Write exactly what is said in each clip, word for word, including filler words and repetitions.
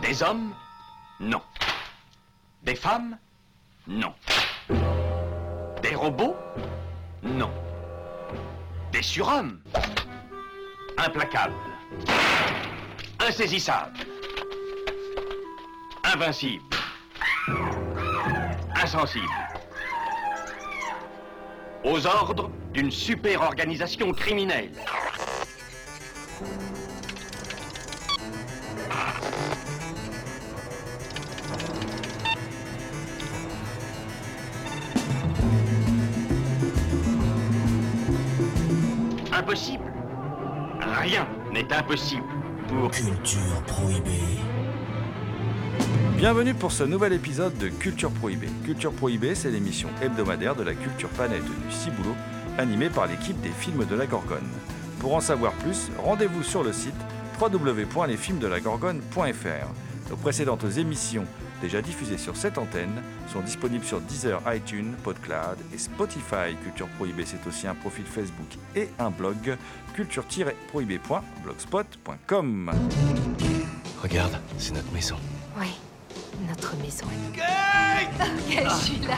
Des hommes? Non. Des femmes? Non. Des robots? Non. Des surhommes? Implacables. Insaisissables. Invincibles. Insensibles. Aux ordres d'une super organisation criminelle. Impossible. Rien n'est impossible pour Culture Prohibée. Bienvenue pour ce nouvel épisode de Culture Prohibée. Culture Prohibée, c'est l'émission hebdomadaire de la culture planète du Ciboulot, animée par l'équipe des films de la Gorgone. Pour en savoir plus, rendez-vous sur le site w w w point les films de la gorgone point f r. Nos précédentes émissions, déjà diffusées sur cette antenne, sont disponibles sur Deezer, iTunes, PodCloud et Spotify. Culture Prohibée, c'est aussi un profil Facebook et un blog, culture tiret prohibée point blogspot point com. Regarde, c'est notre maison. Oui, notre maison. Kate! Ok, je suis là.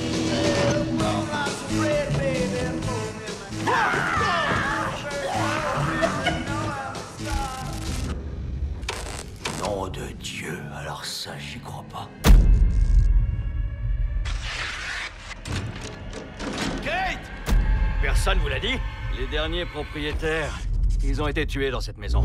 Nom de Dieu, alors ça, j'y crois pas. Kate! Personne vous l'a dit? Les derniers propriétaires, ils ont été tués dans cette maison.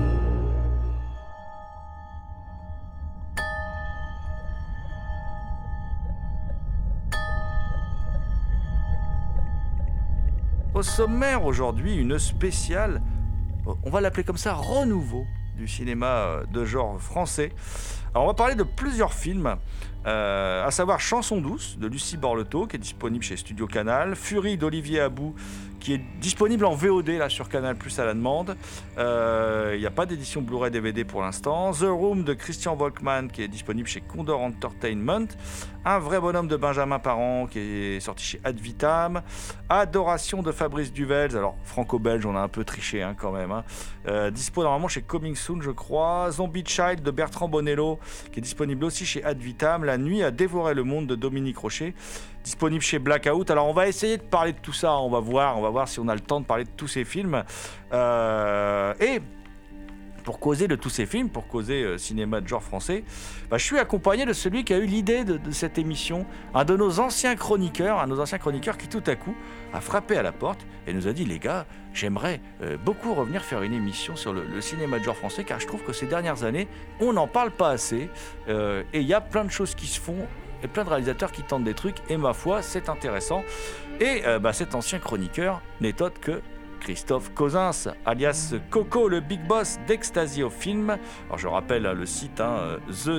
Au sommaire aujourd'hui, une spéciale, on va l'appeler comme ça, renouveau du cinéma de genre français. Alors on va parler de plusieurs films, euh, à savoir Chanson douce de Lucie Borletot qui est disponible chez Studio Canal, Fury d'Olivier Abou qui est disponible en V O D là sur Canal Plus à la demande. Il euh, n'y a pas d'édition Blu-ray D V D pour l'instant. The Room de Christian Volkmann qui est disponible chez Condor Entertainment. Un vrai bonhomme de Benjamin Parent qui est sorti chez Ad Vitam. Adoration de Fabrice Duvels, alors franco-belge, on a un peu triché hein, quand même. Hein. Euh, dispo normalement chez Coming Soon je crois. Zombie Child de Bertrand Bonello qui est disponible aussi chez Ad Vitam. La nuit a dévoré le monde de Dominique Rocher, disponible chez Blackout. Alors on va essayer de parler de tout ça, on va voir, on va voir si on a le temps de parler de tous ces films. Euh, et pour causer de tous ces films, pour causer euh, cinéma de genre français, bah, je suis accompagné de celui qui a eu l'idée de, de cette émission, un de nos anciens chroniqueurs, un de nos anciens chroniqueurs qui tout à coup a frappé à la porte et nous a dit: les gars, j'aimerais euh, beaucoup revenir faire une émission sur le, le cinéma de genre français, car je trouve que ces dernières années, on n'en parle pas assez, euh, et il y a plein de choses qui se font, et plein de réalisateurs qui tentent des trucs, et ma foi, c'est intéressant. Et euh, bah, cet ancien chroniqueur n'est autre que Christophe Cosins, alias Coco, le big boss d'Ecstasy of Film. Alors je rappelle le site, hein,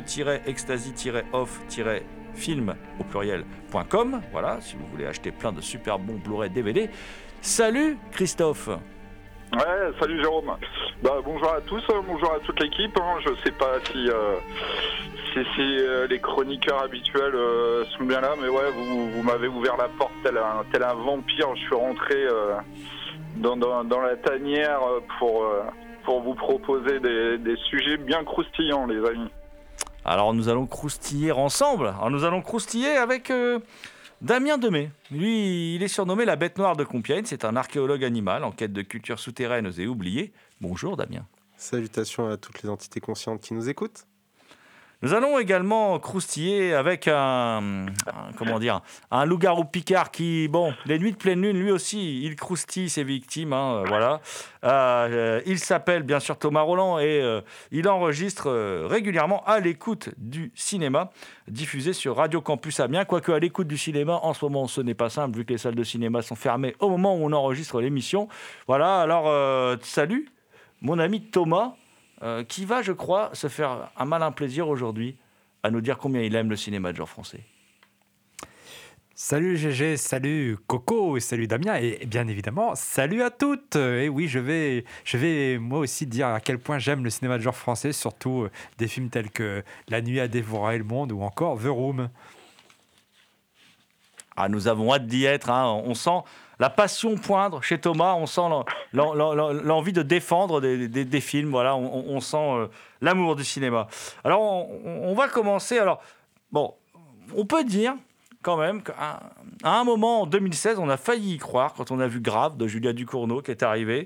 the-ecstasy-off-film au pluriel.com. Voilà, si vous voulez acheter plein de super bons Blu-ray D V D. Salut Christophe. Ouais, salut Jérôme. Bah, bonjour à tous, bonjour à toute l'équipe. Je sais pas si, euh, si, si euh, les chroniqueurs habituels euh, sont bien là, mais ouais, vous, vous m'avez ouvert la porte tel un, tel un vampire. Je suis rentré euh, dans, dans, dans la tanière pour, euh, pour vous proposer des, des sujets bien croustillants, les amis. Alors nous allons croustiller ensemble. Alors nous allons croustiller avec euh, Damien Demey. Lui, il est surnommé la bête noire de Compiègne. C'est un archéologue animal en quête de cultures souterraines et oubliées. Bonjour Damien. Salutations à toutes les entités conscientes qui nous écoutent. Nous allons également croustiller avec un, un comment dire, un loup-garou picard qui, bon, les nuits de pleine lune, lui aussi, il croustille ses victimes, hein, voilà. Euh, il s'appelle bien sûr Thomas Roland et euh, il enregistre euh, régulièrement à l'écoute du cinéma, diffusé sur Radio Campus Amiens. Quoique à l'écoute du cinéma, en ce moment, ce n'est pas simple vu que les salles de cinéma sont fermées au moment où on enregistre l'émission. Voilà. Alors, euh, salut, mon ami Thomas. Euh, qui va, je crois, se faire un malin plaisir aujourd'hui à nous dire combien il aime le cinéma de genre français. Salut G G, salut Coco, salut Damien et bien évidemment, salut à toutes. Et oui, je vais, je vais moi aussi dire à quel point j'aime le cinéma de genre français, surtout des films tels que La nuit a dévoré le monde ou encore The Room. Ah, nous avons hâte d'y être, hein. On sent la passion poindre chez Thomas. On sent l'en, l'en, l'en, l'envie de défendre des, des, des films. Voilà, on, on sent euh, l'amour du cinéma. Alors, on, on va commencer. Alors, bon, on peut dire quand même qu'à à un moment, en deux mille seize, on a failli y croire quand on a vu Grave de Julia Ducournau qui est arrivé.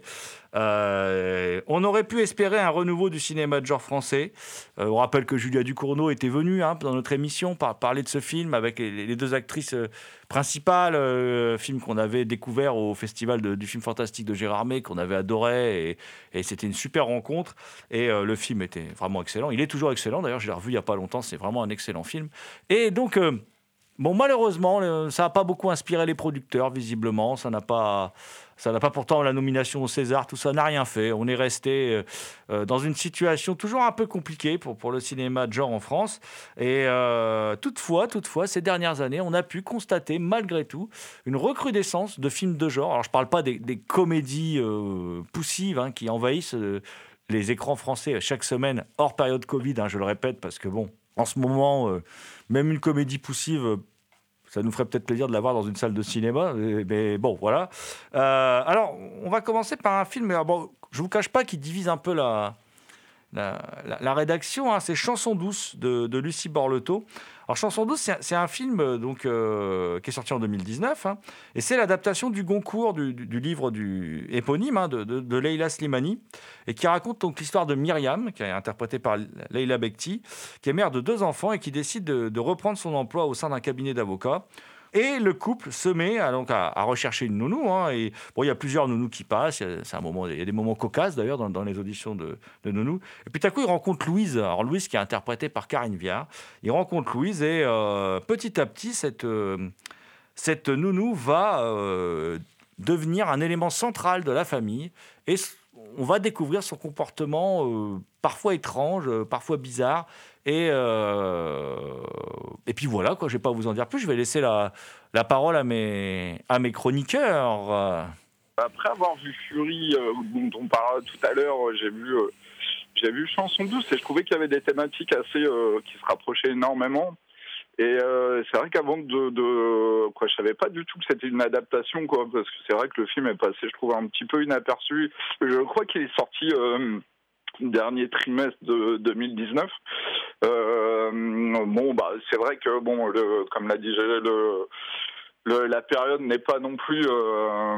Euh, on aurait pu espérer un renouveau du cinéma de genre français. Euh, on rappelle que Julia Ducournau était venue hein, dans notre émission par, parler de ce film avec les, les deux actrices euh, principales, euh, film qu'on avait découvert au festival de, du film fantastique de Gérard May, qu'on avait adoré, et, et c'était une super rencontre. Et euh, le film était vraiment excellent. Il est toujours excellent, d'ailleurs, je l'ai revu il n'y a pas longtemps, c'est vraiment un excellent film. Et donc... Euh, Bon, malheureusement, ça n'a pas beaucoup inspiré les producteurs, visiblement. Ça n'a pas, ça n'a pas pourtant la nomination au César, tout ça n'a rien fait. On est resté euh, dans une situation toujours un peu compliquée pour, pour le cinéma de genre en France. Et euh, toutefois, toutefois, ces dernières années, on a pu constater, malgré tout, une recrudescence de films de genre. Alors, je ne parle pas des, des comédies euh, poussives hein, qui envahissent euh, les écrans français chaque semaine, hors période Covid, hein, je le répète, parce que bon... En ce moment, euh, même une comédie poussive, euh, ça nous ferait peut-être plaisir de la voir dans une salle de cinéma. Mais, mais bon, voilà. Euh, alors, on va commencer par un film. Alors, bon, je ne vous cache pas qu'il divise un peu la, la, la, la rédaction. Hein, c'est Chanson douce de, de Lucie Borletot. Alors, Chanson douce, c'est un, c'est un film donc, euh, qui est sorti en deux mille dix-neuf. Hein, et c'est l'adaptation du Goncourt, du, du, du livre du, éponyme hein, de, de, de Leila Slimani, et qui raconte donc l'histoire de Myriam, qui est interprétée par Leila Bekti, qui est mère de deux enfants et qui décide de, de reprendre son emploi au sein d'un cabinet d'avocats. Et le couple se met à, donc, à, à rechercher une nounou. Hein, et, bon, il y a plusieurs nounous qui passent. Il y a, c'est un moment, il y a des moments cocasses, d'ailleurs, dans, dans les auditions de, de nounous. Et puis, tout à coup, il rencontre Louise. Alors, Louise, qui est interprétée par Karine Viard. Il rencontre Louise et euh, petit à petit, cette, euh, cette nounou va euh, devenir un élément central de la famille. Et on va découvrir son comportement euh, parfois étrange, euh, parfois bizarre. Et, euh, et puis voilà, quoi, je ne vais pas vous en dire plus. Je vais laisser la, la parole à mes, à mes chroniqueurs. Après avoir vu Fury, euh, dont on parlait tout à l'heure, j'ai vu, euh, j'ai vu Chanson douce et je trouvais qu'il y avait des thématiques assez, euh, qui se rapprochaient énormément. Et euh, c'est vrai qu'avant de, de quoi, je savais pas du tout que c'était une adaptation, quoi, parce que c'est vrai que le film est passé, je trouve, un petit peu inaperçu. Je crois qu'il est sorti euh, dernier trimestre de deux mille dix-neuf. Euh, bon, bah, c'est vrai que bon, le, comme l'a dit Gégé, le, le la période n'est pas non plus euh,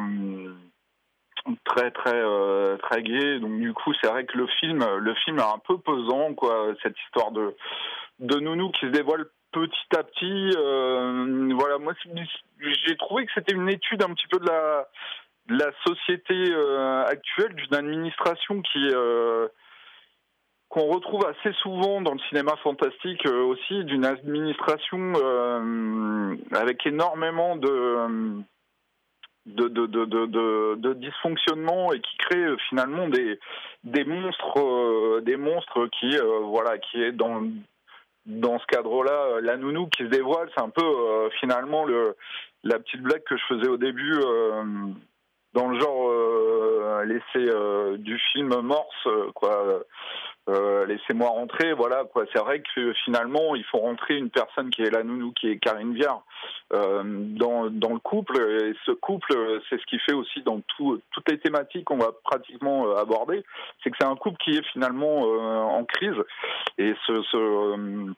très très euh, très gaie. Donc du coup, c'est vrai que le film, le film est un peu pesant, quoi. Cette histoire de de nounou qui se dévoile petit à petit. Euh, voilà, moi, j'ai trouvé que c'était une étude un petit peu de la de la société euh, actuelle, d'une administration qui euh, qu'on retrouve assez souvent dans le cinéma fantastique euh, aussi, d'une administration euh, avec énormément de, de, de, de, de, de, de dysfonctionnement et qui crée euh, finalement des, des monstres, euh, des monstres qui, euh, voilà, qui est dans, dans ce cadre-là, la nounou qui se dévoile, c'est un peu euh, finalement le, la petite blague que je faisais au début euh, dans le genre euh, l'essai euh, du film Morse, quoi. Euh, laissez-moi rentrer, voilà, quoi. C'est vrai que finalement il faut rentrer une personne qui est la nounou, qui est Karine Viard, euh, dans dans le couple, et ce couple, c'est ce qui fait aussi dans tout, toutes les thématiques qu'on va pratiquement aborder, c'est que c'est un couple qui est finalement euh, en crise, et ce, ce euh,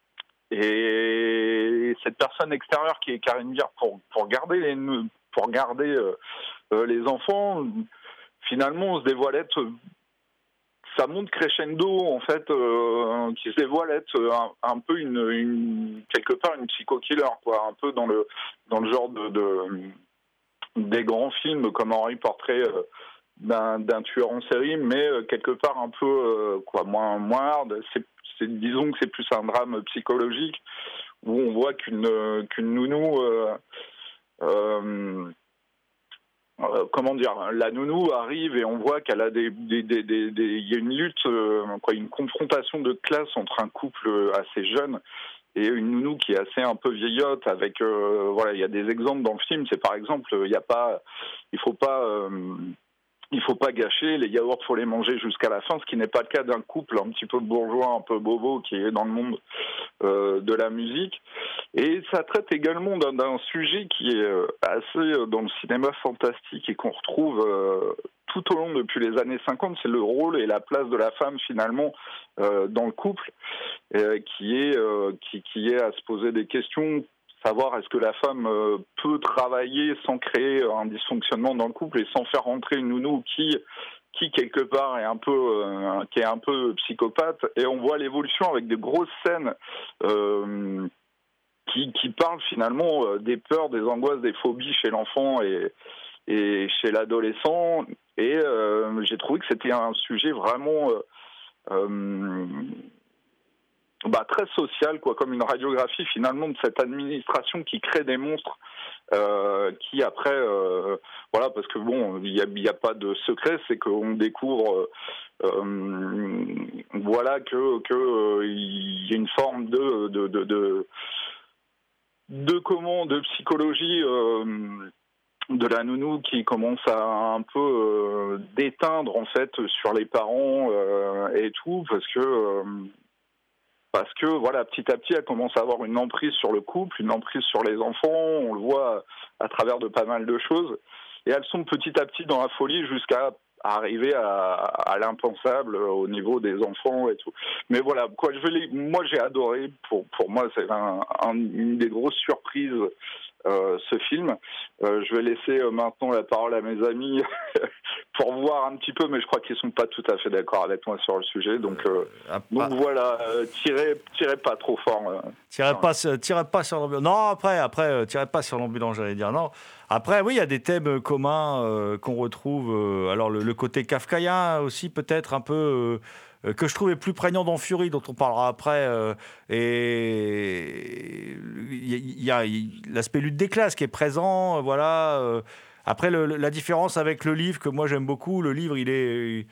et cette personne extérieure qui est Karine Viard pour pour garder les pour garder euh, les enfants, finalement on se dévoile être, ça monte crescendo en fait, euh, qui se dévoile être un, un peu une, une quelque part une psycho-killer, quoi, un peu dans le dans le genre de, de des grands films comme Henri Portrait euh, d'un, d'un tueur en série, mais euh, quelque part un peu euh, quoi moins moins hard. C'est, c'est disons que c'est plus un drame psychologique où on voit qu'une qu'une nounou euh, euh, Euh, comment dire, la nounou arrive et on voit qu'elle a des, des, des, des, des il y a une lutte, euh, quoi, une confrontation de classe entre un couple assez jeune et une nounou qui est assez un peu vieillotte. Avec, euh, voilà, il y a des exemples dans le film. C'est par exemple, il y a pas, il faut pas, euh, il faut pas gâcher, les yaourts, faut les manger jusqu'à la fin, ce qui n'est pas le cas d'un couple un petit peu bourgeois, un peu bobo, qui est dans le monde euh, de la musique. Et ça traite également d'un, d'un sujet qui est euh, assez euh, dans le cinéma fantastique et qu'on retrouve euh, tout au long depuis les années cinquante, c'est le rôle et la place de la femme finalement euh, dans le couple, euh, qui est euh, qui, qui est à se poser des questions. Savoir est-ce que la femme euh, peut travailler sans créer un dysfonctionnement dans le couple et sans faire rentrer une nounou qui, qui quelque part est un peu, euh, qui est un peu psychopathe. Et on voit l'évolution avec des grosses scènes euh, qui, qui parlent finalement euh, des peurs, des angoisses, des phobies chez l'enfant et, et chez l'adolescent. Et euh, j'ai trouvé que c'était un sujet vraiment... Euh, euh, Bah, très social, quoi, comme une radiographie finalement de cette administration qui crée des monstres, euh, qui après, euh, voilà, parce que bon, il y a, il y a pas de secret, c'est qu'on découvre, euh, voilà, que que euh, il y a une forme de de de de, de comment, de psychologie. Euh, de la nounou qui commence à un peu euh, déteindre en fait sur les parents euh, et tout, parce que euh, Parce que, voilà, petit à petit, elle commence à avoir une emprise sur le couple, une emprise sur les enfants. On le voit à travers de pas mal de choses. Et elles sont petit à petit dans la folie jusqu'à arriver à, à l'impensable au niveau des enfants et tout. Mais voilà, quoi, je vais les... moi, j'ai adoré. Pour, pour moi, c'est un, un, une des grosses surprises, euh, ce film. Euh, je vais laisser euh, maintenant la parole à mes amis pour voir un petit peu, mais je crois qu'ils sont pas tout à fait d'accord avec moi sur le sujet. Donc, euh, Ah, donc pas- voilà, euh, tirez, tirez pas trop fort. euh. Tirez pas, sur- tirez pas sur l'ambulance. Non, après, après, euh, tirez pas sur l'ambulance, j'allais dire. Non. Après, oui, il y a des thèmes euh, communs euh, qu'on retrouve. euh, alors, le, le côté kafkaïen aussi, peut-être un peu, euh, euh, que je trouvais plus prégnant dans Fury, dont on parlera après. euh, et il y a, il y a- il- l'aspect lutte des classes qui est présent. euh, voilà. euh. Après, le- le- la différence avec le livre, que moi j'aime beaucoup, le livre, il est.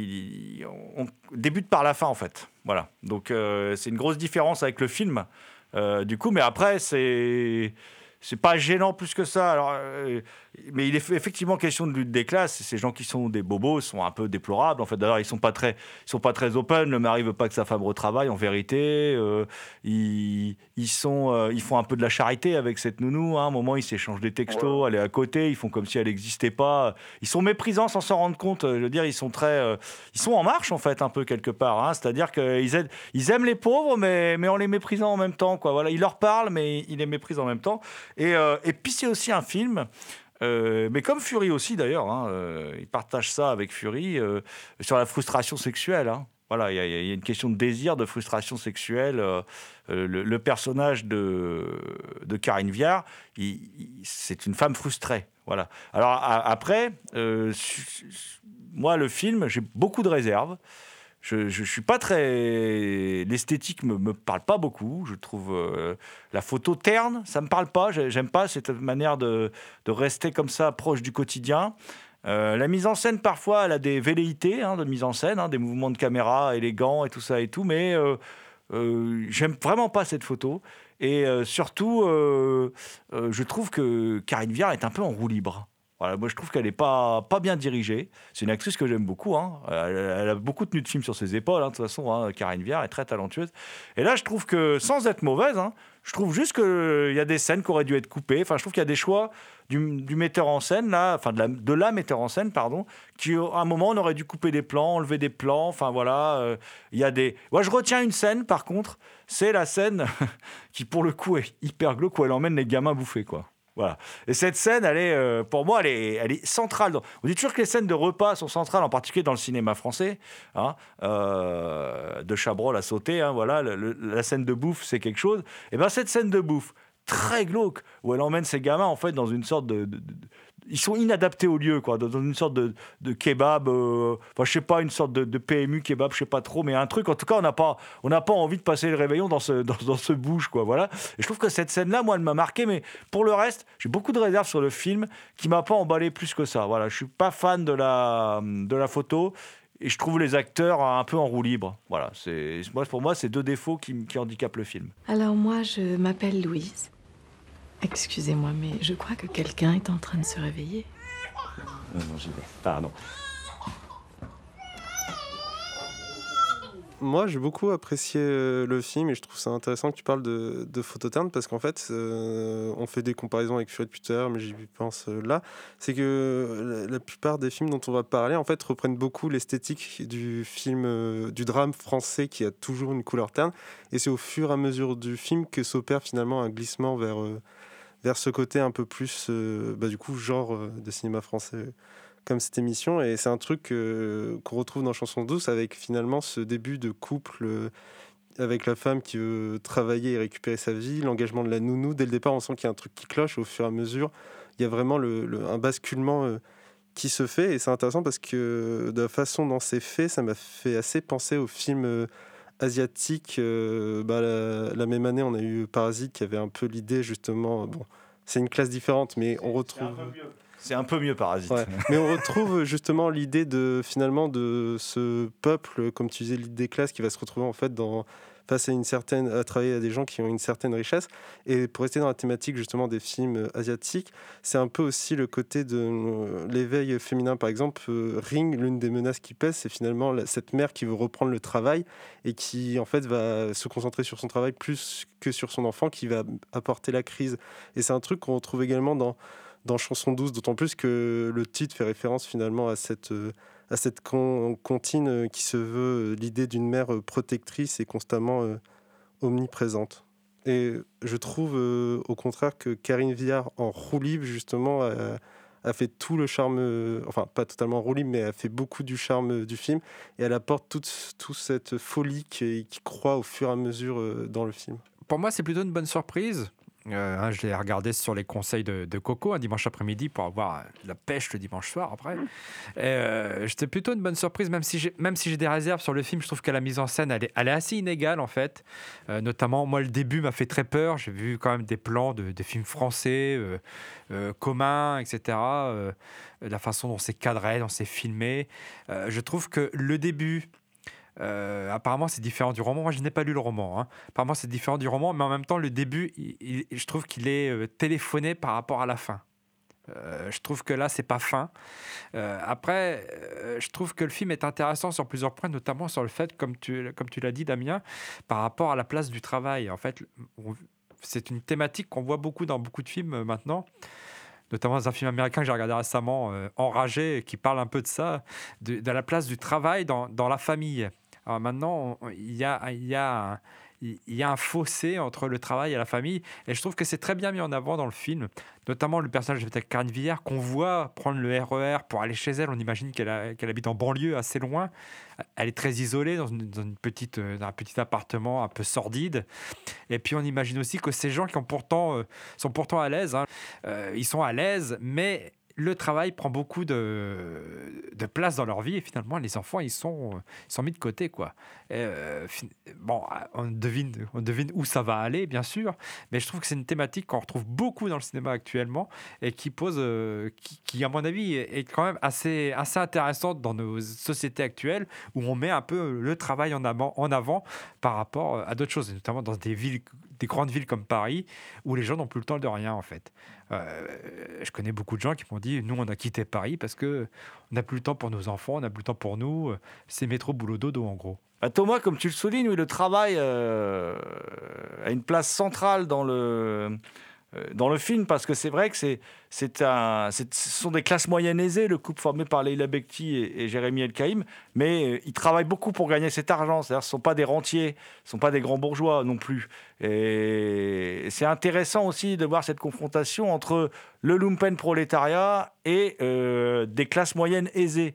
Il, on débute par la fin, en fait. Voilà. Donc, euh, c'est une grosse différence avec le film. Euh, du coup, mais après, c'est. C'est pas gênant plus que ça. Alors, euh, mais il est effectivement question de lutte des classes. Ces gens qui sont des bobos sont un peu déplorables. En fait, d'ailleurs, ils sont pas très, ils sont pas très open. Le mari veut pas que sa femme retravaille. En vérité, euh, ils, ils sont, euh, ils font un peu de la charité avec cette nounou. Hein. À un moment, ils s'échangent des textos. Ouais. Elle est à côté. Ils font comme si elle n'existait pas. Ils sont méprisants sans s'en rendre compte. Je veux dire, ils sont très, euh, ils sont en marche en fait un peu quelque part. Hein. C'est-à-dire qu'ils aident, ils aiment les pauvres, mais mais en les méprisant en même temps. Quoi. Voilà, ils leur parlent, mais ils les méprisent en même temps. Et, euh, et puis c'est aussi un film, euh, mais comme Fury aussi d'ailleurs, hein, euh, il partage ça avec Fury, euh, sur la frustration sexuelle. Hein. Voilà, il y, a- il y a une question de désir, de frustration sexuelle. euh, euh, le, le personnage de, de Karine Viard, il- il- c'est une femme frustrée. Voilà. Alors a- après, euh, su- su- moi le film, j'ai beaucoup de réserves. Je, je, je suis pas très. L'esthétique me, me parle pas beaucoup. Je trouve euh, la photo terne, ça me parle pas. J'ai- J'aime pas cette manière de, de rester comme ça proche du quotidien. Euh, la mise en scène, parfois, elle a des velléités hein, de mise en scène, hein, des mouvements de caméra élégants et tout ça et tout, mais euh, euh, j'aime vraiment pas cette photo. Et euh, surtout, euh, euh, je trouve que Karine Viard est un peu en roue libre. Voilà, moi, je trouve qu'elle n'est pas, pas bien dirigée. C'est une actrice que j'aime beaucoup. Hein. Elle, elle a beaucoup tenu de films sur ses épaules. Hein, de toute façon, hein, Karine Viard est très talentueuse. Et là, je trouve que, sans être mauvaise, hein, je trouve juste qu'il y a des scènes qui auraient dû être coupées. Enfin, je trouve qu'il y a des choix du, du metteur en scène, là, enfin de la, de la metteur en scène, pardon, qui, à un moment, on aurait dû couper des plans, enlever des plans. Enfin, voilà. euh, Il y a des... Moi, je retiens une scène, par contre. C'est la scène qui, pour le coup, est hyper glauque, où elle emmène les gamins bouffer, quoi. Voilà. Et cette scène, elle est, euh, pour moi, elle est, elle est centrale. Dans... On dit toujours que les scènes de repas sont centrales, en particulier dans le cinéma français. Hein, euh, de Chabrol à sauter, hein, voilà, le, le, la scène de bouffe, c'est quelque chose. Et bien, cette scène de bouffe, très glauque, où elle emmène ses gamins, en fait, dans une sorte de... de, de ils sont inadaptés au lieu, quoi, dans une sorte de, de kebab, euh, enfin, je sais pas, une sorte de, de P M U kebab, je sais pas trop, mais un truc, en tout cas, on n'a pas, on n'a pas envie de passer le réveillon dans ce, dans, dans ce bouge, quoi, voilà. Et je trouve que cette scène-là, moi, elle m'a marqué, mais pour le reste, j'ai beaucoup de réserves sur le film qui m'a pas emballé plus que ça, voilà. Je suis pas fan de la, de la photo. Et je trouve les acteurs un peu en roue libre. Voilà, c'est, moi, pour moi, c'est deux défauts qui, qui handicapent le film. Alors moi, je m'appelle Louise. Excusez-moi, mais je crois que quelqu'un est en train de se réveiller. Non, non, j'y vais. Pardon. Moi, j'ai beaucoup apprécié euh, le film et je trouve ça intéressant que tu parles de, de phototerne parce qu'en fait, euh, on fait des comparaisons avec Fury depuis tout à l'heure, mais j'y pense euh, là. C'est que la, la plupart des films dont on va parler, en fait, reprennent beaucoup l'esthétique du film, euh, du drame français qui a toujours une couleur terne. Et c'est au fur et à mesure du film que s'opère finalement un glissement vers, euh, vers ce côté un peu plus, euh, bah, du coup, genre euh, de cinéma français. Comme cette émission, et c'est un truc euh, qu'on retrouve dans Chanson douce avec finalement ce début de couple euh, avec la femme qui veut travailler et récupérer sa vie, l'engagement de la nounou. Dès le départ, on sent qu'il y a un truc qui cloche. Au fur et à mesure, il y a vraiment le, le, un basculement euh, qui se fait, et c'est intéressant parce que de la façon dont c'est fait, ça m'a fait assez penser aux films euh, asiatiques. Euh, bah, la, la même année, on a eu Parasite qui avait un peu l'idée justement. Bon, c'est une classe différente, mais on retrouve. C'est un peu mieux Parasite. Ouais. Mais on retrouve justement l'idée de finalement de ce peuple, comme tu disais, l'idée des classes qui va se retrouver en fait dans, face à une certaine, à travailler à des gens qui ont une certaine richesse. Et pour rester dans la thématique justement des films asiatiques, c'est un peu aussi le côté de euh, l'éveil féminin. Par exemple, euh, Ring, l'une des menaces qui pèse, c'est finalement la, cette mère qui veut reprendre le travail et qui en fait va se concentrer sur son travail plus que sur son enfant, qui va apporter la crise. Et c'est un truc qu'on retrouve également dans dans Chanson douce, d'autant plus que le titre fait référence finalement à cette, euh, à cette con, comptine euh, qui se veut euh, l'idée d'une mère euh, protectrice et constamment euh, omniprésente. Et je trouve euh, au contraire que Karine Viard en roue libre justement a, a fait tout le charme, euh, enfin pas totalement en roue libre, mais a fait beaucoup du charme euh, du film, et elle apporte toute, toute cette folie qui, qui croît au fur et à mesure euh, dans le film. Pour moi, c'est plutôt une bonne surprise. Euh, hein, je l'ai regardé sur les conseils de, de Coco un dimanche après-midi pour avoir la pêche le dimanche soir après. Et, euh, c'était plutôt une bonne surprise, même si j'ai, même si j'ai des réserves sur le film. Je trouve que la mise en scène, elle est, elle est assez inégale en fait. Euh, notamment, moi, le début m'a fait très peur. J'ai vu quand même des plans de, de films français euh, euh, communs, et cetera. Euh, la façon dont c'est cadré, dont c'est filmé. Euh, je trouve que le début... Euh, apparemment, c'est différent du roman. Moi, je n'ai pas lu le roman. Hein. Apparemment, c'est différent du roman, mais en même temps, le début, il, il, je trouve qu'il est euh, téléphoné par rapport à la fin. Euh, je trouve que là, c'est pas fin. Euh, après, euh, je trouve que le film est intéressant sur plusieurs points, notamment sur le fait, comme tu, comme tu l'as dit, Damien, par rapport à la place du travail. En fait, on, c'est une thématique qu'on voit beaucoup dans beaucoup de films euh, maintenant. Notamment dans un film américain que j'ai regardé récemment, euh, Enragé, qui parle un peu de ça, de, de la place du travail dans, dans la famille. Alors maintenant, il y a, il y a un, il y a un fossé entre le travail et la famille, et je trouve que c'est très bien mis en avant dans le film, notamment le personnage de Karine Viard qu'on voit prendre le R E R pour aller chez elle. On imagine qu'elle, a, qu'elle habite en banlieue assez loin, elle est très isolée dans, une, dans, une petite, dans un petit appartement un peu sordide, et puis on imagine aussi que ces gens qui ont pourtant, euh, sont pourtant à l'aise, hein, euh, ils sont à l'aise, mais le travail prend beaucoup de, de place dans leur vie, et finalement les enfants ils sont, ils sont mis de côté quoi. Et, euh, fin, bon, on devine, on devine où ça va aller bien sûr, mais je trouve que c'est une thématique qu'on retrouve beaucoup dans le cinéma actuellement et qui pose, euh, qui, qui à mon avis est quand même assez, assez intéressante dans nos sociétés actuelles où on met un peu le travail en avant, en avant par rapport à d'autres choses, et notamment dans des villes, des grandes villes comme Paris où les gens n'ont plus le temps de rien en fait. Euh, je connais beaucoup de gens qui m'ont dit nous on a quitté Paris parce que on n'a plus le temps pour nos enfants, on n'a plus le temps pour nous, c'est métro boulot dodo en gros. Bah Thomas, comme tu le soulignes, oui, le travail euh, a une place centrale dans le dans le film, parce que c'est vrai que c'est, c'est un, c'est, ce sont des classes moyennes aisées, le couple formé par Leila Bekti et, et Jérémy El-Kaïm, mais euh, ils travaillent beaucoup pour gagner cet argent. C'est-à-dire, ce ne sont pas des rentiers, ce ne sont pas des grands bourgeois non plus. Et, et c'est intéressant aussi de voir cette confrontation entre le lumpen prolétariat et euh, des classes moyennes aisées.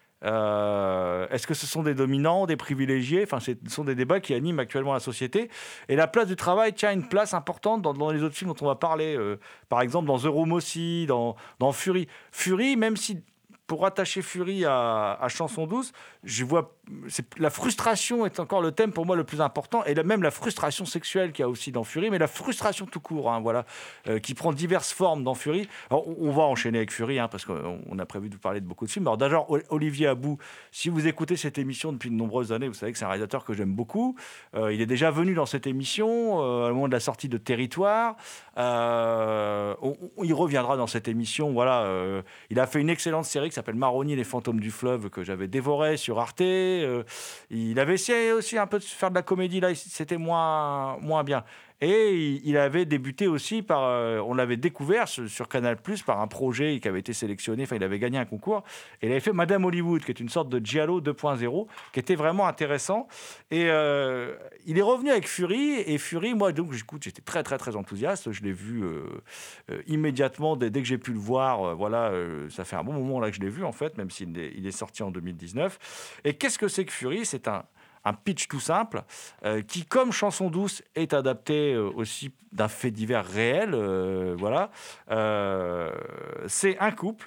Euh, est-ce que ce sont des dominants, des privilégiés? Enfin, ce sont des débats qui animent actuellement la société. Et la place du travail tient une place importante dans, dans les autres films dont on va parler. Euh, par exemple, dans The Room aussi, dans, dans Fury. Fury, même si, pour rattacher Fury à, à Chanson douce, je vois, c'est, la frustration est encore le thème pour moi le plus important, et la, même la frustration sexuelle qu'il y a aussi dans Fury, mais la frustration tout court, hein, voilà, euh, qui prend diverses formes dans Fury. Alors, on, on va enchaîner avec Fury, hein, parce qu'on on a prévu de vous parler de beaucoup de films. Alors d'ailleurs, Olivier Abou, si vous écoutez cette émission depuis de nombreuses années, vous savez que c'est un réalisateur que j'aime beaucoup. Euh, il est déjà venu dans cette émission euh, au moment de la sortie de Territoire. Euh, on, on, il reviendra dans cette émission. Voilà, euh, il a fait une excellente série qui s'appelle s'appelle Maroni, les fantômes du fleuve, que j'avais dévoré sur Arte. Euh, il avait essayé aussi un peu de faire de la comédie, là, c'était moins, moins bien. Et il, il avait débuté aussi par... Euh, on l'avait découvert sur, sur Canal+, par un projet qui avait été sélectionné, enfin, il avait gagné un concours, et il avait fait Madame Hollywood, qui est une sorte de Giallo deux point zéro, qui était vraiment intéressant. Et euh, il est revenu avec Fury, et Fury, moi, donc, j'écoute, j'étais très, très, très enthousiaste. Je l'ai vu euh, euh, immédiatement, dès, dès que j'ai pu le voir. Euh, voilà, euh, ça fait un bon moment là que je l'ai vu, en fait, même s'il est, il est sorti en deux mille dix-neuf. Et qu'est-ce que c'est que Fury ? C'est un... un pitch tout simple, euh, qui, comme Chanson douce, est adapté euh, aussi d'un fait divers réel. Euh, voilà. Euh, c'est un couple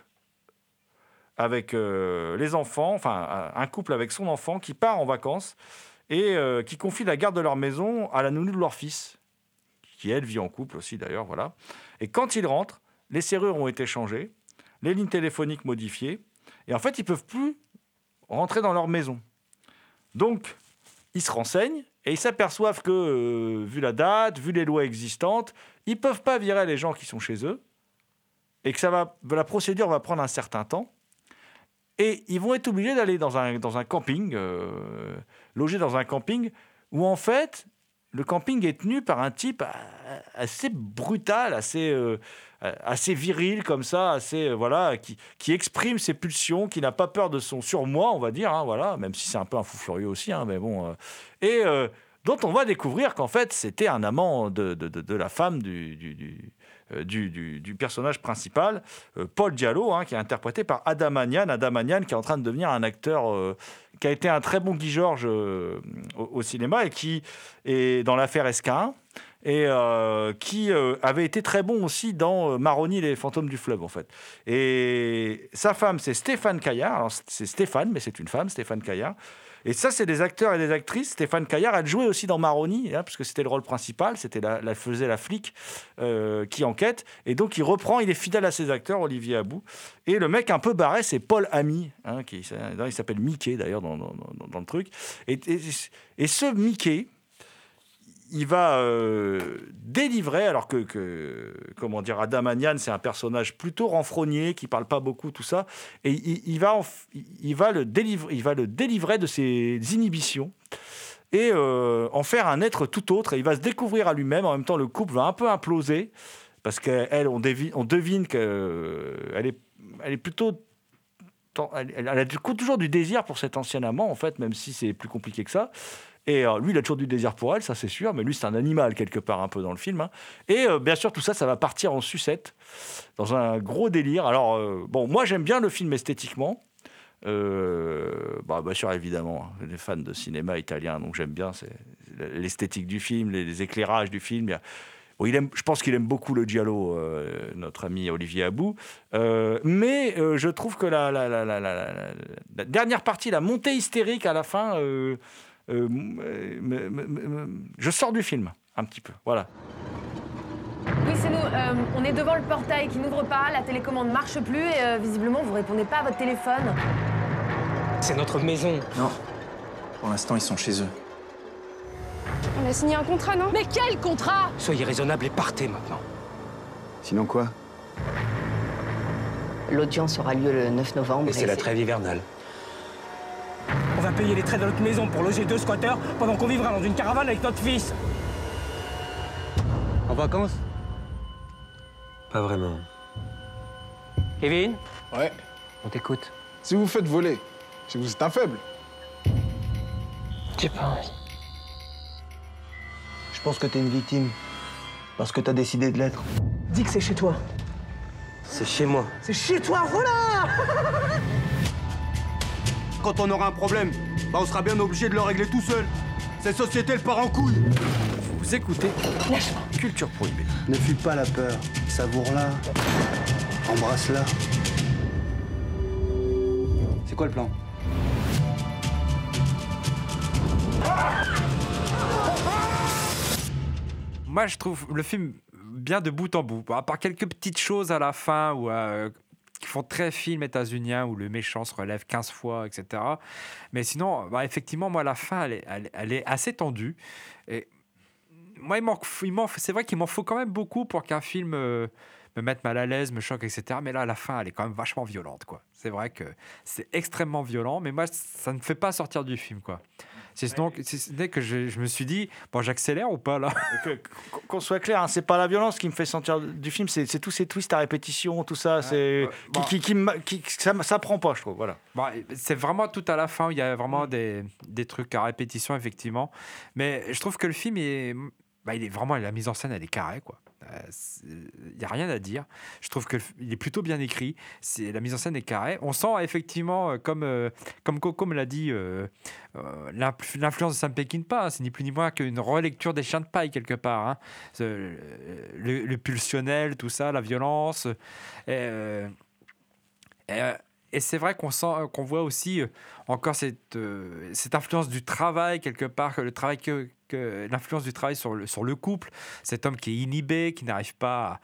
avec euh, les enfants, enfin, un couple avec son enfant qui part en vacances et euh, qui confie la garde de leur maison à la nounou de leur fils, qui, elle, vit en couple aussi, d'ailleurs. Voilà. Et quand ils rentrent, les serrures ont été changées, les lignes téléphoniques modifiées, et en fait, ils ne peuvent plus rentrer dans leur maison. Donc, ils se renseignent et ils s'aperçoivent que, euh, vu la date, vu les lois existantes, ils ne peuvent pas virer les gens qui sont chez eux et que ça va, la procédure va prendre un certain temps. Et ils vont être obligés d'aller dans un, dans un camping, euh, loger dans un camping, où en fait, le camping est tenu par un type assez brutal, assez... Euh, assez viril comme ça, assez, euh, voilà, qui, qui exprime ses pulsions, qui n'a pas peur de son surmoi, on va dire, hein, voilà, même si c'est un peu un fou furieux aussi, hein, mais bon, euh, et euh, dont on va découvrir qu'en fait c'était un amant de, de, de, de la femme du, du, du, euh, du, du, du personnage principal, euh, Paul Diallo, hein, qui est interprété par Adam Magnan, Adam Magnan qui est en train de devenir un acteur euh, qui a été un très bon Guy Georges euh, au, au cinéma et qui est dans l'affaire S K un. Et euh, qui euh, avait été très bon aussi dans euh, Maroni, les fantômes du fleuve, en fait. Et sa femme, c'est Stéphane Caillard. Alors, c'est Stéphane, mais c'est une femme, Stéphane Caillard. Et ça, c'est des acteurs et des actrices. Stéphane Caillard, elle jouait aussi dans Maroni, hein, parce que c'était le rôle principal. C'était la, la faisait la flic euh, qui enquête. Et donc, il reprend, il est fidèle à ses acteurs, Olivier Abou. Et le mec un peu barré, c'est Paul Ami, hein, qui, il s'appelle Mickey, d'ailleurs, dans, dans, dans, dans le truc. Et, et, et ce Mickey... il va euh, délivrer, alors que, que comment dire, Adam Magnan, c'est un personnage plutôt renfrogné, qui parle pas beaucoup, tout ça, et il, il, va, en, il, va, le délivrer, il va le délivrer de ses inhibitions et euh, en faire un être tout autre, et il va se découvrir à lui-même. En même temps, le couple va un peu imploser, parce qu'elle, on devine, on devine qu'elle est, elle est plutôt... Elle, elle a toujours du désir pour cet ancien amant, en fait, même si c'est plus compliqué que ça. Et euh, lui, il a toujours du désir pour elle, ça c'est sûr, mais lui, c'est un animal quelque part un peu dans le film. Hein. Et euh, bien sûr, tout ça, ça va partir en sucette, dans un gros délire. Alors, euh, bon, moi, j'aime bien le film esthétiquement. Euh, bah, bien sûr, évidemment, hein, les fans de cinéma italien, donc j'aime bien c'est, l'esthétique du film, les, les éclairages du film. Il y a, bon, il aime, je pense qu'il aime beaucoup le giallo, euh, notre ami Olivier Abou. Euh, mais euh, je trouve que la, la, la, la, la, la, la dernière partie, la montée hystérique à la fin... Euh, Euh, me, me, me, me, je sors du film, un petit peu, voilà. Oui, c'est nous. Euh, on est devant le portail qui n'ouvre pas, la télécommande marche plus et euh, visiblement, vous répondez pas à votre téléphone. C'est notre maison. Non, pour l'instant, ils sont chez eux. On a signé un contrat, non? Mais quel contrat? Soyez raisonnable et partez maintenant. Sinon quoi? L'audience aura lieu le neuf novembre. Et c'est la trêve hivernale. On va payer les traits de notre maison pour loger deux squatteurs pendant qu'on vivra dans une caravane avec notre fils. En vacances? Pas vraiment. Kevin? Ouais. On t'écoute. Si vous vous faites voler, c'est que vous êtes un faible. J'ai pas envie. Je pense que t'es une victime. Parce que t'as décidé de l'être. Dis que c'est chez toi. C'est chez moi. C'est chez toi, voilà. Quand on aura un problème, bah on sera bien obligé de le régler tout seul. Cette société, elle part en couille. Vous écoutez Culture Prohibée. Ne fuis pas la peur. Savoure-la. Embrasse-la. C'est quoi le plan? Moi, je trouve le film bien de bout en bout. À part quelques petites choses à la fin où... Euh, qui font très film états-unien où le méchant se relève quinze fois, et cetera. Mais sinon, bah, effectivement, moi, la fin, elle est, elle, elle est assez tendue. Et moi, il m'en, il m'en, c'est vrai qu'il m'en faut quand même beaucoup pour qu'un film euh, me mettre mal à l'aise, me choque, et cetera. Mais là, à la fin, elle est quand même vachement violente, quoi. C'est vrai que c'est extrêmement violent, mais moi, ça ne fait pas sortir du film, quoi. C'est sinon, si ce n'est que je, je me suis dit, bon, j'accélère ou pas, là? Que- Qu'on soit clair, hein, c'est pas la violence qui me fait sortir du film, c'est c'est tous ces twists à répétition, tout ça, c'est bon. qui, qui, qui m'a- qui- ça, ça prend pas, je trouve. Voilà. Bon, c'est vraiment tout à la fin où il y a vraiment des, des trucs à répétition, effectivement. Mais je trouve que le film, est, bah, il est vraiment, la mise en scène, elle est carrée, quoi. Euh, c'est- Il n'y a rien à dire. Je trouve qu'il est plutôt bien écrit. C'est, la mise en scène est carrée. On sent effectivement, euh, comme, euh, comme Coco me l'a dit, euh, euh, l'influ- l'influence de Sam Peckinpah. C'est ni plus ni moins qu'une relecture des Chiens de paille, quelque part. Hein. Ce- Le, le pulsionnel, tout ça, la violence. Et, euh, et, euh, et c'est vrai qu'on sent, qu'on voit aussi euh, encore cette, euh, cette influence du travail quelque part, que le travail que, que l'influence du travail sur le, sur le couple, cet homme qui est inhibé, qui n'arrive pas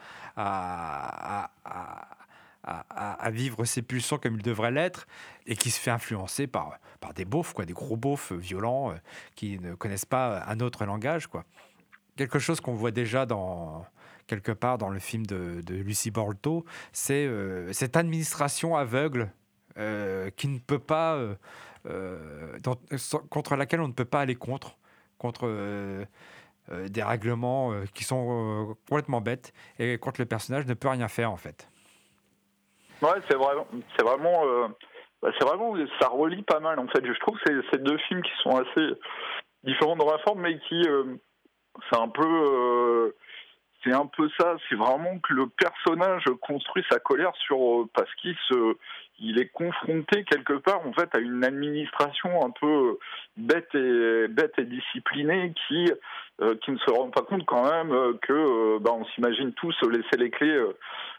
à, à, à, à, à- à vivre ses pulsions comme il devrait l'être, et qui se fait influencer par, par des beaufs, quoi, des gros beaufs violents euh, qui ne connaissent pas un autre langage, quoi. Quelque chose qu'on voit déjà dans quelque part dans le film de, de Lucie Borloo, c'est euh, cette administration aveugle euh, qui ne peut pas euh, euh, dont- sans- contre laquelle on ne peut pas aller contre contre euh, euh, des règlements euh, qui sont euh, complètement bêtes, et contre le personnage ne peut rien faire en fait. Ouais, c'est vraiment, c'est vraiment, euh, bah, c'est vraiment, ça relie pas mal en fait. Je trouve que c'est, c'est deux films qui sont assez différents dans la forme, mais qui, euh, c'est un peu, euh, c'est un peu ça. C'est vraiment que le personnage construit sa colère sur euh, parce qu'il se, il est confronté quelque part en fait à une administration un peu bête et bête et disciplinée qui, euh, qui ne se rend pas compte quand même euh, que, euh, bah, on s'imagine tous laisser les clés. Euh,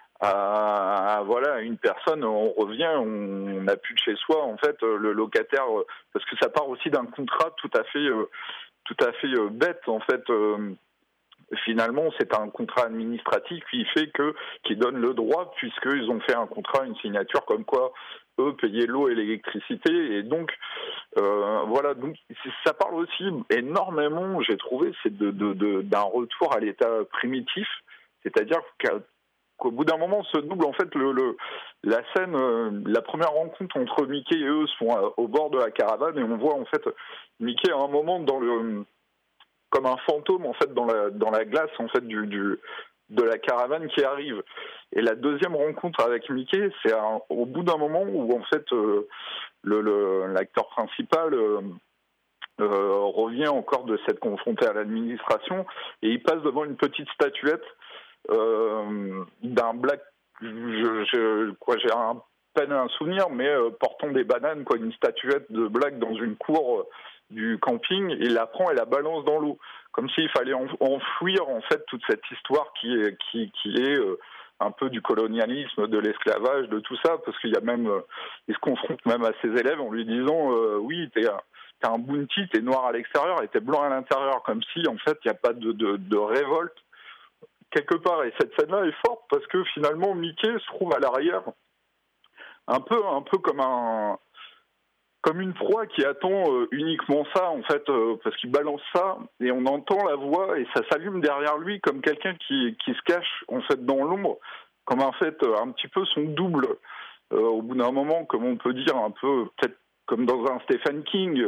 à, à, voilà, une personne, on revient, on n'a plus de chez soi, en fait, le locataire, parce que ça part aussi d'un contrat tout à fait, tout à fait bête, en fait. Finalement, c'est un contrat administratif qui fait que, qui donne le droit, puisqu'ils ont fait un contrat, une signature, comme quoi eux payaient l'eau et l'électricité, et donc euh, voilà, donc ça parle aussi énormément, j'ai trouvé, c'est de, de, de, d'un retour à l'état primitif, c'est-à-dire qu'à qu'au bout d'un moment se double en fait le, le la scène, euh, la première rencontre entre Mickey et eux sont à, au bord de la caravane, et on voit en fait Mickey à un moment dans le comme un fantôme en fait dans la dans la glace en fait du, du de la caravane qui arrive. Et la deuxième rencontre avec Mickey, c'est un, au bout d'un moment où en fait euh, le, le l'acteur principal euh, euh, revient encore de s'être confronté à l'administration, et il passe devant une petite statuette Euh, d'un black, je, je, quoi, j'ai un peine un souvenir, mais euh, portant des bananes, quoi, une statuette de black dans une cour euh, du camping, et il la prend et la balance dans l'eau, comme s'il fallait en, enfouir en fait toute cette histoire qui est, qui, qui est euh, un peu du colonialisme, de l'esclavage, de tout ça, parce qu'il y a même, euh, il se confronte même à ses élèves en lui disant, euh, oui, t'es un, t'es un bounty, t'es noir à l'extérieur et t'es blanc à l'intérieur, comme si en fait il n'y a pas de, de, de révolte quelque part. Et cette scène-là est forte parce que finalement Mickey se trouve à l'arrière, un peu, un peu comme un, comme une proie qui attend euh, uniquement ça en fait, euh, parce qu'il balance ça et on entend la voix et ça s'allume derrière lui comme quelqu'un qui, qui se cache en fait dans l'ombre, comme en fait un petit peu son double. Euh, au bout d'un moment, comme on peut dire, un peu peut-être comme dans un Stephen King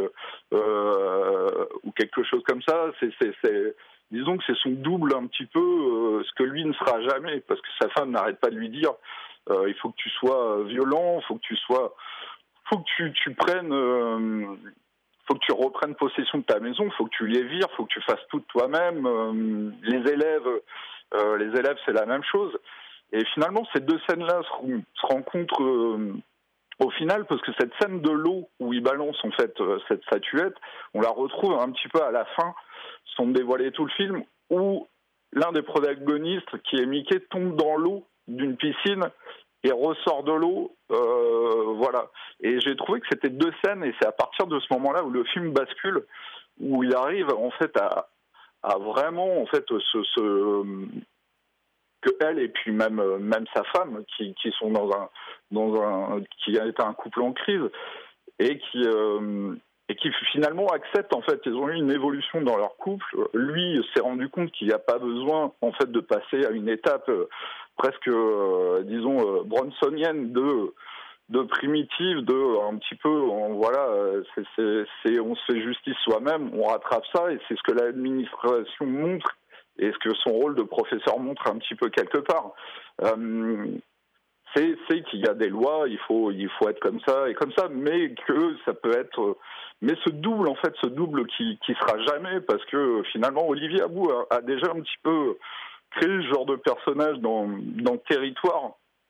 euh, ou quelque chose comme ça. C'est, c'est, c'est disons que c'est son double un petit peu, euh, ce que lui ne sera jamais, parce que sa femme n'arrête pas de lui dire euh, il faut que tu sois violent, il faut que tu sois, faut que tu, tu prennes, euh, faut que tu reprennes possession de ta maison, il faut que tu les vires, il faut que tu fasses tout de toi-même. Euh, les élèves, euh, les élèves, c'est la même chose. Et finalement, ces deux scènes-là se, se rencontrent euh, au final, parce que cette scène de l'eau où il balance en fait euh, cette statuette, on la retrouve un petit peu à la fin, sans dévoiler tout le film, où l'un des protagonistes, qui est Mickey, tombe dans l'eau d'une piscine et ressort de l'eau, euh, voilà. Et j'ai trouvé que c'était deux scènes, et c'est à partir de ce moment-là où le film bascule, où il arrive en fait à, à vraiment en fait ce, ce que elle et puis même même sa femme qui, qui sont dans un dans un qui a été un couple en crise et qui euh, et qui finalement acceptent en fait, ils ont eu une évolution dans leur couple. Lui s'est rendu compte qu'il n'y a pas besoin en fait de passer à une étape presque, euh, disons, euh, bronsonienne de de primitive, de un petit peu, on, voilà, c'est, c'est, c'est, on se fait justice soi-même, on rattrape ça, et c'est ce que l'administration montre, et ce que son rôle de professeur montre un petit peu quelque part. Euh, c'est, c'est qu'il y a des lois, il faut, il faut être comme ça et comme ça, mais que ça peut être, mais ce double, en fait, ce double qui, qui sera jamais, parce que finalement, Olivier Abou a, a déjà un petit peu créé ce genre de personnage dans, dans le territoire.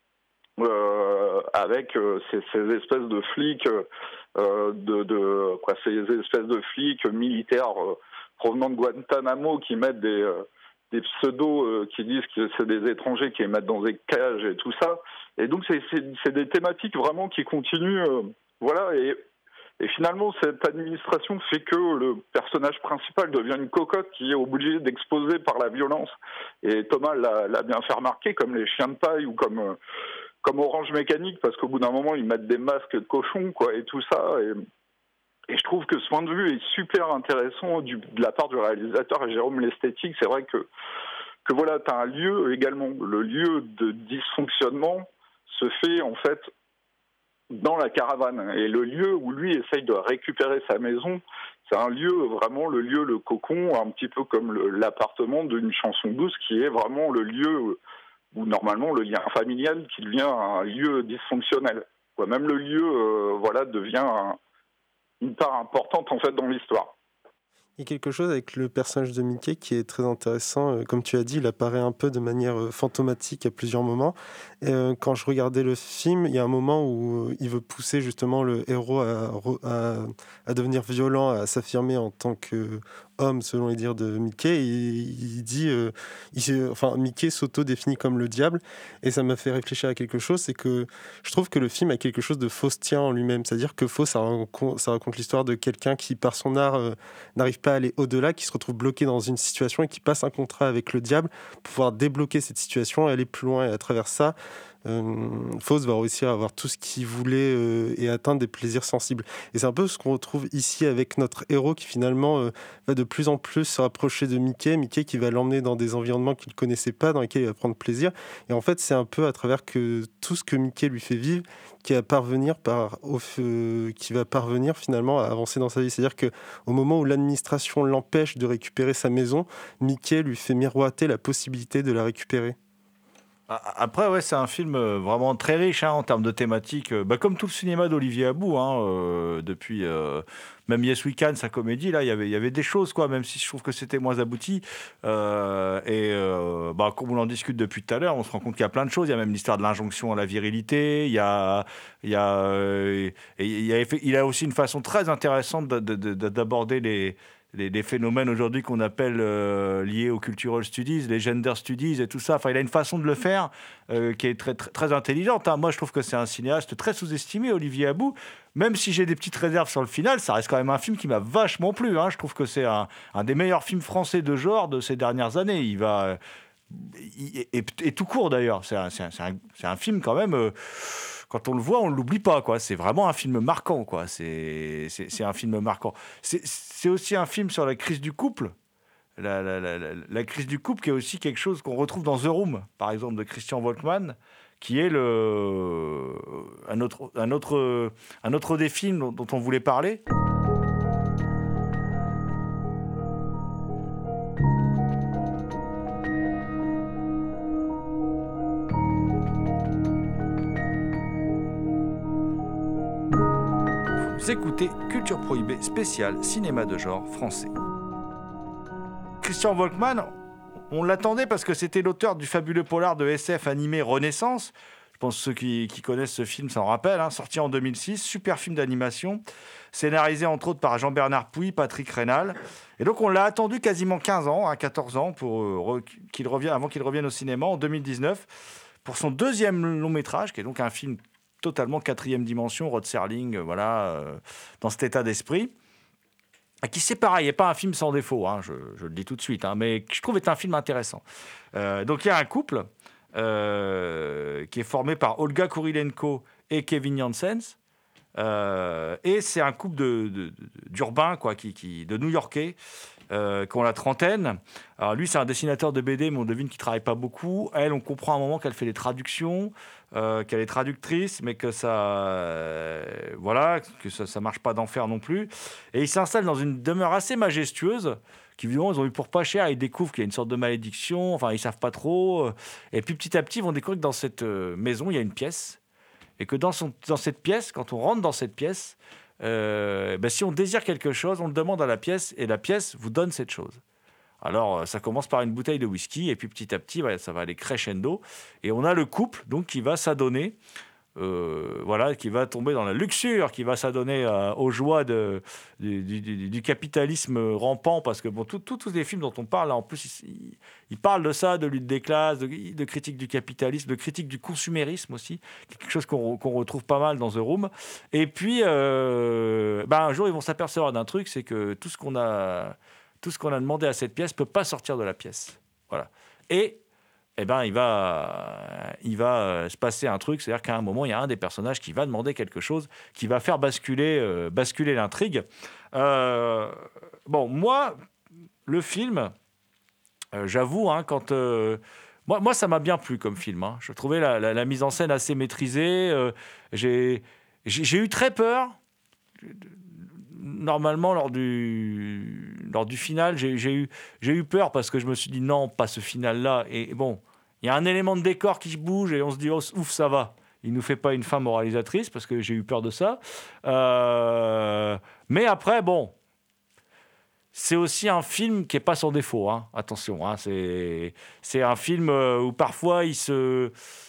Euh, avec euh, ces, ces espèces de flics, euh, de, de quoi, ces espèces de flics militaires euh, provenant de Guantanamo qui mettent des, euh, des pseudos euh, qui disent que c'est des étrangers qui les mettent dans des cages et tout ça. Et donc c'est, c'est, c'est des thématiques vraiment qui continuent, euh, voilà. Et, et finalement cette administration fait que le personnage principal devient une cocotte qui est obligée d'exposer par la violence. Et Thomas l'a, l'a bien fait remarquer, comme les chiens de paille ou comme euh, comme Orange Mécanique, parce qu'au bout d'un moment, ils mettent des masques de cochon, quoi, et tout ça. Et, et je trouve que ce point de vue est super intéressant du, de la part du réalisateur et Jérôme L'Esthétique. C'est vrai que, que voilà, tu as un lieu également. Le lieu de dysfonctionnement se fait, en fait, dans la caravane. Et le lieu où lui essaye de récupérer sa maison, c'est un lieu, vraiment le lieu, le cocon, un petit peu comme le, l'appartement d'une chanson douce, qui est vraiment le lieu où normalement le lien familial qui devient un lieu dysfonctionnel. Quoi, même le lieu, euh, voilà, devient un, une part importante en fait dans l'histoire. Il y a quelque chose avec le personnage de Mickey qui est très intéressant. Comme tu as dit, il apparaît un peu de manière fantomatique à plusieurs moments. Et quand je regardais le film, il y a un moment où il veut pousser justement le héros à, à, à devenir violent, à s'affirmer en tant qu'homme, selon les dires de Mickey. Et il dit, euh, il, enfin, Mickey s'auto-définit comme le diable. Et ça m'a fait réfléchir à quelque chose, c'est que je trouve que le film a quelque chose de faustien en lui-même. C'est-à-dire que Faust, ça raconte, ça raconte l'histoire de quelqu'un qui, par son art, euh, n'arrive pas à aller au-delà, qui se retrouve bloqué dans une situation et qui passe un contrat avec le diable pour pouvoir débloquer cette situation et aller plus loin. Et à travers ça, euh, Faust va réussir à avoir tout ce qu'il voulait euh, et atteindre des plaisirs sensibles. Et c'est un peu ce qu'on retrouve ici avec notre héros qui finalement euh, va de plus en plus se rapprocher de Mickey, Mickey qui va l'emmener dans des environnements qu'il ne connaissait pas, dans lesquels il va prendre plaisir. Et en fait, c'est un peu à travers que tout ce que Mickey lui fait vivre qui va parvenir, par, au, euh, qui va parvenir finalement à avancer dans sa vie. C'est-à-dire qu'au moment où l'administration l'empêche de récupérer sa maison, Mickey lui fait miroiter la possibilité de la récupérer. Après, ouais, c'est un film vraiment très riche hein, en termes de thématiques, bah, comme tout le cinéma d'Olivier Abou, hein, euh, depuis euh, même Yes We Can, sa comédie, là, y avait, il y avait des choses, quoi, même si je trouve que c'était moins abouti. Euh, et euh, bah, comme on en discute depuis tout à l'heure, on se rend compte qu'il y a plein de choses. Il y a même l'histoire de l'injonction à la virilité. Il y a, il y a, euh, et il, y a il a aussi une façon très intéressante de, de, de, d'aborder les Les, les phénomènes aujourd'hui qu'on appelle euh, liés aux cultural studies, les gender studies et tout ça. Enfin, il a une façon de le faire euh, qui est très, très, très intelligente. Hein. Moi, je trouve que c'est un cinéaste très sous-estimé, Olivier Abou. Même si j'ai des petites réserves sur le final, ça reste quand même un film qui m'a vachement plu. Hein. Je trouve que c'est un, un des meilleurs films français de genre de ces dernières années. Il va... Et, et, et tout court, d'ailleurs. C'est un, c'est un, c'est un, c'est un film quand même... Euh, quand on le voit, on ne l'oublie pas, quoi. C'est vraiment un film marquant, quoi. C'est, c'est, c'est un film marquant. C'est, c'est aussi un film sur la crise du couple. La, la, la, la, la crise du couple qui est aussi quelque chose qu'on retrouve dans The Room, par exemple, de Christian Volkmann, qui est le, un, autre, un, autre, un autre des films dont, dont on voulait parler. Vous écoutez Culture Prohibée spéciale cinéma de genre français. Christian Volkmann, on l'attendait parce que c'était l'auteur du fabuleux polar de S F animé Renaissance. Je pense que ceux qui, qui connaissent ce film s'en rappellent, hein, sorti en deux mille six, super film d'animation, scénarisé entre autres par Jean-Bernard Pouy, Patrick Raynal. Et donc on l'a attendu quasiment quinze ans, hein, quatorze ans, pour, euh, qu'il revienne, avant qu'il revienne au cinéma en deux mille dix-neuf, pour son deuxième long métrage, qui est donc un film totalement quatrième dimension, Rod Serling, euh, voilà, euh, dans cet état d'esprit. Et qui, c'est pareil, n'est pas un film sans défaut, hein, je, je le dis tout de suite, hein, mais je trouve est un film intéressant. Euh, donc il y a un couple euh, qui est formé par Olga Kurilenko et Kevin Janssens. Euh, et c'est un couple de, de, de, d'urbains, quoi, qui, qui, de New-Yorkais, euh, qui ont la trentaine. Alors lui, c'est un dessinateur de B D, mais on devine qu'il ne travaille pas beaucoup. Elle, on comprend à un moment qu'elle fait des traductions, euh, qu'elle est traductrice, mais que ça, euh, voilà, que ça ne marche pas d'enfer non plus. Et ils s'installent dans une demeure assez majestueuse, qu'évidemment, ils ont eu pour pas cher. Ils découvrent qu'il y a une sorte de malédiction, enfin, ils ne savent pas trop. Et puis, petit à petit, ils vont découvrir que dans cette maison, il y a une pièce. Et que dans, son, dans cette pièce, quand on rentre dans cette pièce, euh, ben, si on désire quelque chose, on le demande à la pièce, et la pièce vous donne cette chose. Alors, ça commence par une bouteille de whisky, et puis petit à petit, ça va aller crescendo. Et on a le couple donc, qui va s'adonner, euh, voilà, qui va tomber dans la luxure, qui va s'adonner euh, aux joies de, du, du, du capitalisme rampant, parce que bon, tous les films dont on parle, là, en plus, ils, ils parlent de ça, de lutte des classes, de, de critique du capitalisme, de critique du consumérisme aussi, quelque chose qu'on qu'on retrouve pas mal dans The Room. Et puis, euh, ben, un jour, ils vont s'apercevoir d'un truc, c'est que tout ce qu'on a... tout ce qu'on a demandé à cette pièce ne peut pas sortir de la pièce. Voilà. Et eh ben, il va, il va se passer un truc, c'est-à-dire qu'à un moment, il y a un des personnages qui va demander quelque chose, qui va faire basculer, euh, basculer l'intrigue. Euh, bon, moi, le film, euh, j'avoue, hein, quand... Euh, moi, moi, ça m'a bien plu comme film. Hein. Je trouvais la, la, la mise en scène assez maîtrisée. Euh, j'ai, j'ai, j'ai eu très peur... Normalement, lors du, lors du final, j'ai, j'ai, eu, j'ai eu peur parce que je me suis dit non, pas ce final-là. Et bon, il y a un élément de décor qui bouge et on se dit oh, ouf, ça va. Il ne nous fait pas une fin moralisatrice parce que j'ai eu peur de ça. Euh, mais après, bon, c'est aussi un film qui n'est pas sans défaut. Hein. Attention, hein, c'est, c'est un film où parfois il se...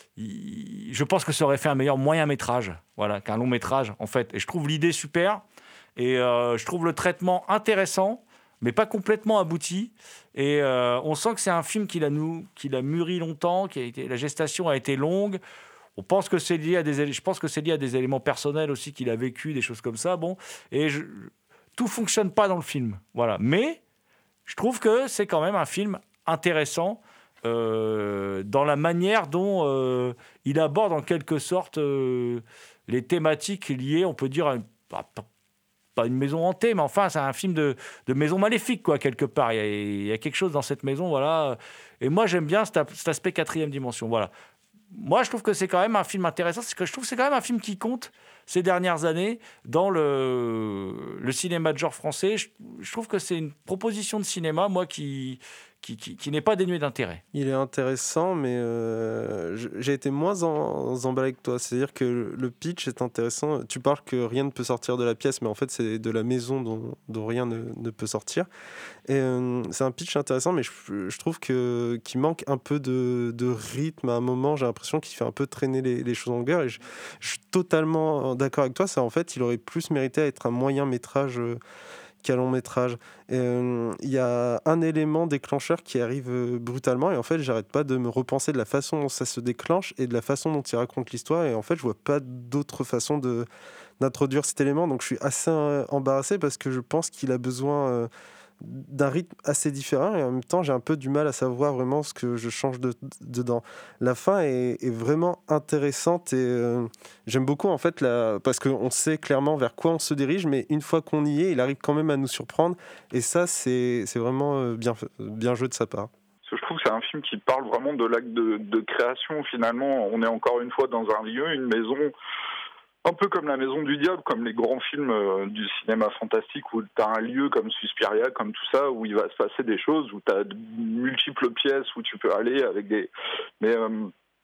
Il, je pense que ça aurait fait un meilleur moyen-métrage voilà, qu'un long-métrage, en fait. Et je trouve l'idée super. Et euh, je trouve le traitement intéressant, mais pas complètement abouti. Et euh, on sent que c'est un film qu'il a, nous, qu'il a mûri longtemps, qui a été, la gestation a été longue. On pense que c'est lié à des, je pense que c'est lié à des éléments personnels aussi qu'il a vécu, des choses comme ça. Bon, et je, tout fonctionne pas dans le film, voilà. Mais je trouve que c'est quand même un film intéressant euh, dans la manière dont euh, il aborde en quelque sorte euh, les thématiques liées, on peut dire, à une, pas une maison hantée, mais enfin, c'est un film de, de maison maléfique, quoi, quelque part. Il y, a, il y a quelque chose dans cette maison, voilà. Et moi, j'aime bien cet, cet aspect quatrième dimension, voilà. Moi, je trouve que c'est quand même un film intéressant, parce que je trouve que c'est quand même un film qui compte ces dernières années dans le, le cinéma de genre français. Je, je trouve que c'est une proposition de cinéma, moi, qui... Qui, qui, qui n'est pas dénué d'intérêt. Il est intéressant, mais euh, j'ai été moins en, emballé que toi. C'est-à-dire que le pitch est intéressant. Tu parles que rien ne peut sortir de la pièce, mais en fait, c'est de la maison dont, dont rien ne, ne peut sortir. Et euh, c'est un pitch intéressant, mais je, je trouve que, qu'il manque un peu de, de rythme à un moment. J'ai l'impression qu'il fait un peu traîner les, les choses en longueur. Et je, je suis totalement d'accord avec toi. C'est, en fait, il aurait plus mérité à être un moyen métrage euh, qu'un long métrage. Il euh, y a un élément déclencheur qui arrive euh, brutalement et en fait j'arrête pas de me repenser de la façon dont ça se déclenche et de la façon dont il raconte l'histoire et en fait je vois pas d'autre façon de, d'introduire cet élément, donc je suis assez euh, embarrassé parce que je pense qu'il a besoin euh, d'un rythme assez différent et en même temps j'ai un peu du mal à savoir vraiment ce que je change de, dedans. La fin est, est vraiment intéressante et euh, j'aime beaucoup en fait la, parce qu'on sait clairement vers quoi on se dirige, mais une fois qu'on y est, il arrive quand même à nous surprendre et ça c'est, c'est vraiment bien, bien joué de sa part. Je trouve que c'est un film qui parle vraiment de l'acte de, de création finalement. On est encore une fois dans un lieu, une maison, un peu comme La Maison du Diable, comme les grands films euh, du cinéma fantastique où tu as un lieu comme Suspiria, comme tout ça, où il va se passer des choses, où tu as de multiples pièces où tu peux aller avec des... Mais euh,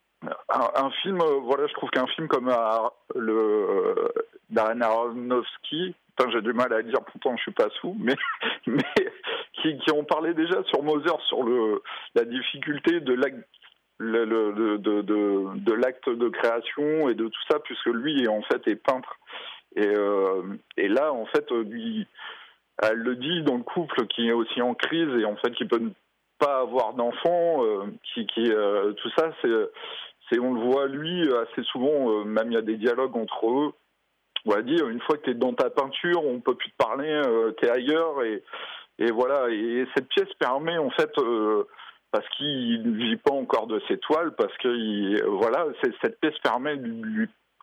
un, un film, euh, voilà, je trouve qu'un film comme euh, le euh, Darren Aronofsky, putain, j'ai du mal à dire, pourtant je suis pas sous, mais, mais qui, qui ont parlé déjà sur Mother, sur le, la difficulté de l'acte Le, le, de, de, de l'acte de création et de tout ça, puisque lui en fait est peintre et, euh, et là en fait lui, elle le dit dans le couple qui est aussi en crise et en fait qui peut pas avoir d'enfant, euh, qui, qui euh, tout ça c'est, c'est on le voit lui assez souvent, euh, même il y a des dialogues entre eux, on va dire une fois que t'es dans ta peinture on peut plus te parler, euh, t'es ailleurs et, et voilà, et cette pièce permet en fait euh, parce qu'il ne vit pas encore de ses toiles, parce que il, voilà, c'est, cette pièce permet de lui